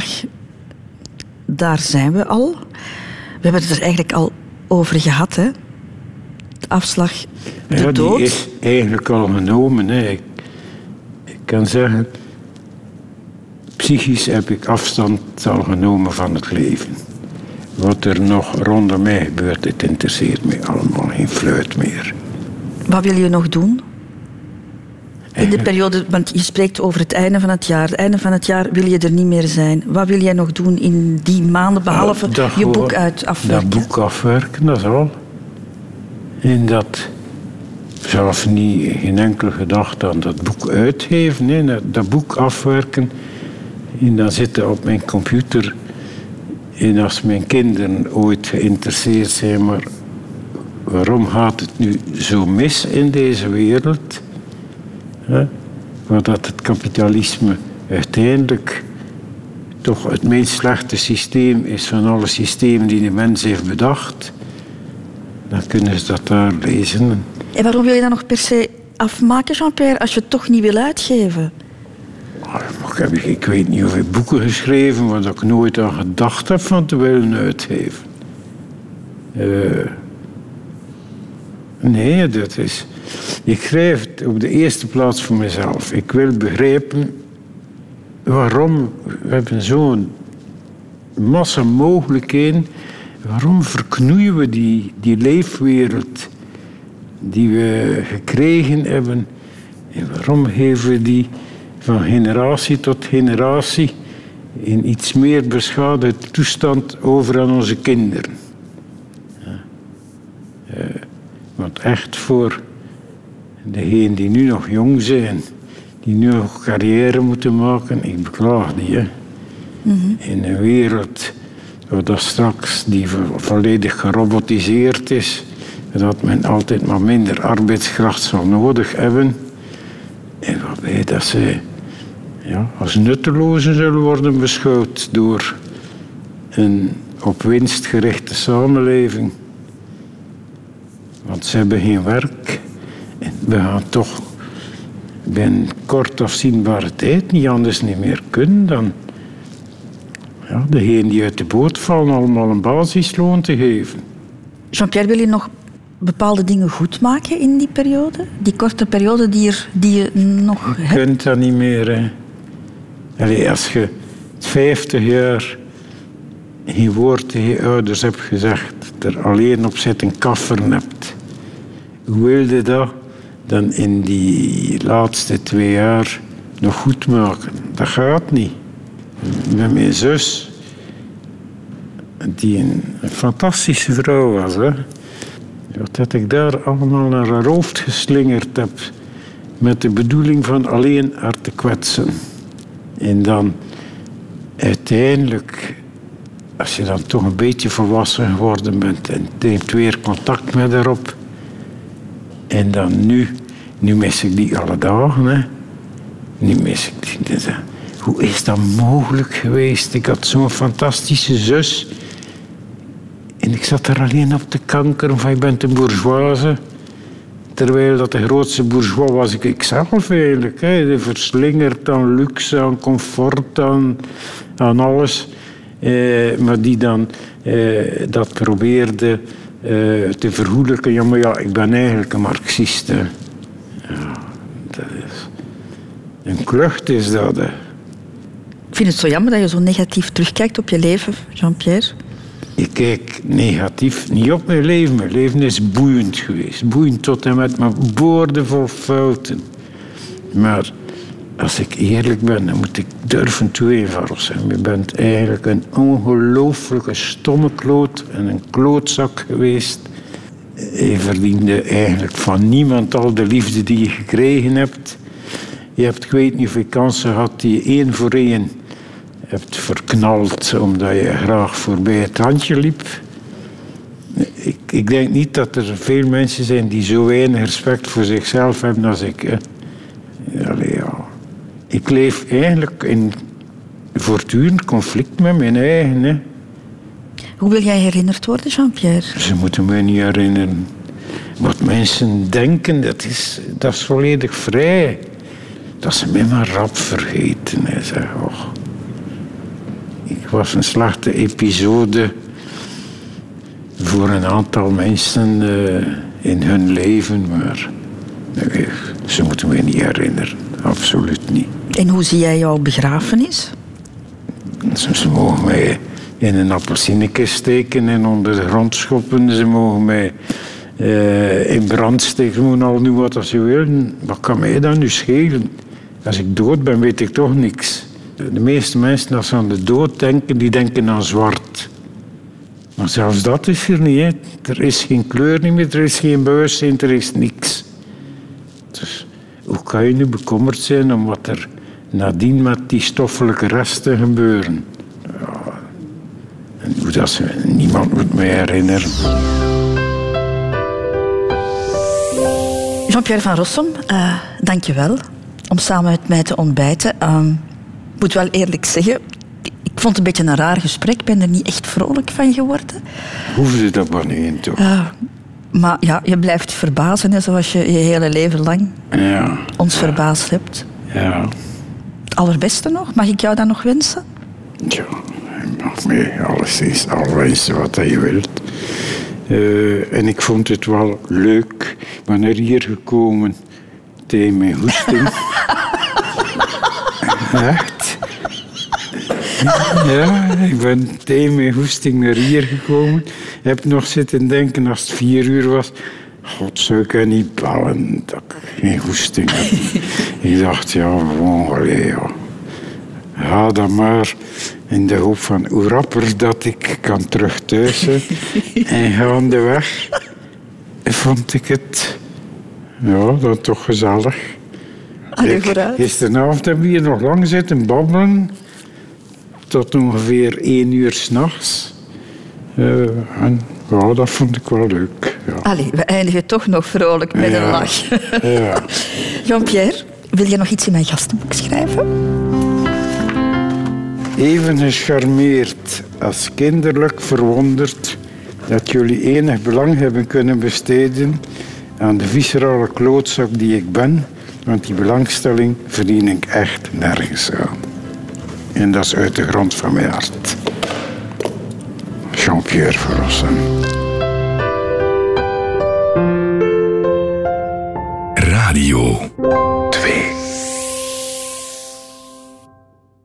Daar zijn we al. We hebben het er eigenlijk al over gehad, hè. De afslag, de ja, dood. die is eigenlijk al genomen. Hè. Ik, ik kan zeggen, psychisch heb ik afstand al genomen van het leven. Wat er nog rondom mij gebeurt, het interesseert mij allemaal geen fluit meer. Wat wil je nog doen? In de periode, want je spreekt over het einde van het jaar. Het einde van het jaar wil je er niet meer zijn. Wat wil jij nog doen in die maanden, behalve dat je gewoon, boek uit afwerken? Dat boek afwerken, dat is al. En dat zelf niet, geen enkele gedachte aan dat boek uitgeven. Nee, dat, dat boek afwerken. En dan zitten op mijn computer. En als mijn kinderen ooit geïnteresseerd zijn, maar waarom gaat het nu zo mis in deze wereld? Hè? Dat het kapitalisme uiteindelijk toch het meest slechte systeem is van alle systemen die de mens heeft bedacht. Dan kunnen ze dat daar lezen. En waarom wil je dat nog per se afmaken, Jean-Pierre, als je het toch niet wil uitgeven? Ik, heb, ik weet niet of ik boeken geschreven waar ik nooit aan gedacht heb van te willen uitgeven. Uh, nee, dat is... Ik schrijf het op de eerste plaats voor mezelf. Ik wil begrijpen waarom we hebben zo'n massa mogelijkheden. Waarom verknoeien we die, die leefwereld die we gekregen hebben? En waarom geven we die van generatie tot generatie in iets meer beschadigde toestand over aan onze kinderen? Ja. Uh, want echt voor degenen die nu nog jong zijn, die nu nog carrière moeten maken, ik beklaag die. Hè. Mm-hmm. In een wereld waar dat straks die volledig gerobotiseerd is, dat men altijd maar minder arbeidskracht zal nodig hebben. En waarbij dat ze ja, als nuttelozen zullen worden beschouwd door een op winst gerichte samenleving. Want ze hebben geen werk. En we gaan toch binnen kort afzienbare tijd niet anders niet meer kunnen dan ja, degenen die uit de boot vallen allemaal een basisloon te geven. Jean-Pierre, wil je nog bepaalde dingen goed maken in die periode? Die korte periode die, er, die je nog je hebt? Je kunt dat niet meer. Hè. Allee, als je vijftig jaar geen woord tegen je ouders hebt gezegd, er alleen op zitten kafferen hebt, hoe wil je dat dan in die laatste twee jaar nog goed maken? Dat gaat niet. Met mijn zus, die een, een fantastische vrouw was, hè. Dat ik daar allemaal naar haar hoofd geslingerd heb met de bedoeling van alleen haar te kwetsen. En dan uiteindelijk, als je dan toch een beetje volwassen geworden bent en neemt weer contact met haar op. En dan nu, nu mis ik die alle dagen, hè. Nu mis ik die. Dus, hoe is dat mogelijk geweest? Ik had zo'n fantastische zus. En ik zat er alleen op te kankeren van je bent een bourgeoise. Terwijl dat de grootste bourgeois was ik, ik zelf eigenlijk. Hè. De verslingerd aan luxe, aan comfort, aan, aan alles. Eh, maar die dan eh, dat probeerde eh, te vergoelijken. Ja, maar ja, ik ben eigenlijk een Marxist. Hè. Ja, dat is... Een klucht is dat, hè. Ik vind het zo jammer dat je zo negatief terugkijkt op je leven, Jean-Pierre. Ik kijk negatief niet op mijn leven. Mijn leven is boeiend geweest. Boeiend tot en met, maar boordevol fouten. Maar als ik eerlijk ben, dan moet ik durven toegeven. Je bent eigenlijk een ongelooflijke stomme kloot en een klootzak geweest. Je verdiende eigenlijk van niemand al de liefde die je gekregen hebt. Je hebt, ik weet niet hoeveel kansen gehad die je één voor één hebt verknald omdat je graag voorbij het handje liep. Ik, ik denk niet dat er veel mensen zijn die zo weinig respect voor zichzelf hebben als ik. Hè. Allee, ja. Ik leef eigenlijk in voortdurend conflict met mijn eigen. Hè. Hoe wil jij herinnerd worden, Jean-Pierre? Ze moeten me niet herinneren. Wat mensen denken, dat is, dat is volledig vrij. Dat ze mij maar rap vergeten. Hè, zeg. Oh. Ik was een slechte episode voor een aantal mensen uh, in hun leven, maar nee, ze moeten me niet herinneren. Absoluut niet. En hoe zie jij jouw begrafenis? Ze, ze mogen mij in een appelsienekist steken en onder de grond schoppen. Ze mogen mij uh, in brand steken. Ze mogen al doen wat ze willen. Wat kan mij dat nu schelen? Als ik dood ben, weet ik toch niks. De meeste mensen, als ze aan de dood denken, die denken aan zwart. Maar zelfs dat is er niet. Hè. Er is geen kleur niet meer, er is geen bewustzijn, er is niks. Dus hoe kan je nu bekommerd zijn om wat er nadien met die stoffelijke resten gebeuren? Ja. En hoe dat ze, niemand moet mij herinneren. Jean-Pierre van Rossum, uh, dank je wel om samen met mij te ontbijten. Uh, Ik moet wel eerlijk zeggen, ik vond het een beetje een raar gesprek. Ik ben er niet echt vrolijk van geworden. Hoefde dat maar niet in, toch? Uh, maar ja, je blijft verbazen, hè, zoals je je hele leven lang ja. ons ja. verbaasd hebt. Ja. Het allerbeste nog. Mag ik jou dat nog wensen? Ja, je mag mij alles eens al wensen wat je wilt. Uh, en ik vond het wel leuk. Ik ben er hier gekomen tegen mijn hoesting. Echt? Ja, ik ben tegen mijn hoesting naar hier gekomen. Ik heb nog zitten denken als het vier uur was. God, zou ik er niet bellen dat ik geen hoesting heb. Ik dacht, ja, gewoon, allee, ja. Ga dan maar in de hoop van hoe rapper dat ik kan terug thuis zijn. En gaandeweg vond ik het, ja, dan toch gezellig. Allee, vooruit. Gisteravond hebben we hier nog lang zitten babbelen. Tot ongeveer één uur 's nachts. Uh, en ja, dat vond ik wel leuk. Ja. Allee, we eindigen toch nog vrolijk met ja. een lach. Ja. Jean-Pierre, wil je nog iets in mijn gastenboek schrijven? Even gecharmeerd als kinderlijk verwonderd dat jullie enig belang hebben kunnen besteden aan de viscerale klootzak die ik ben. Want die belangstelling verdien ik echt nergens aan. En dat is uit de grond van mijn hart. Jean-Pierre van Rossum.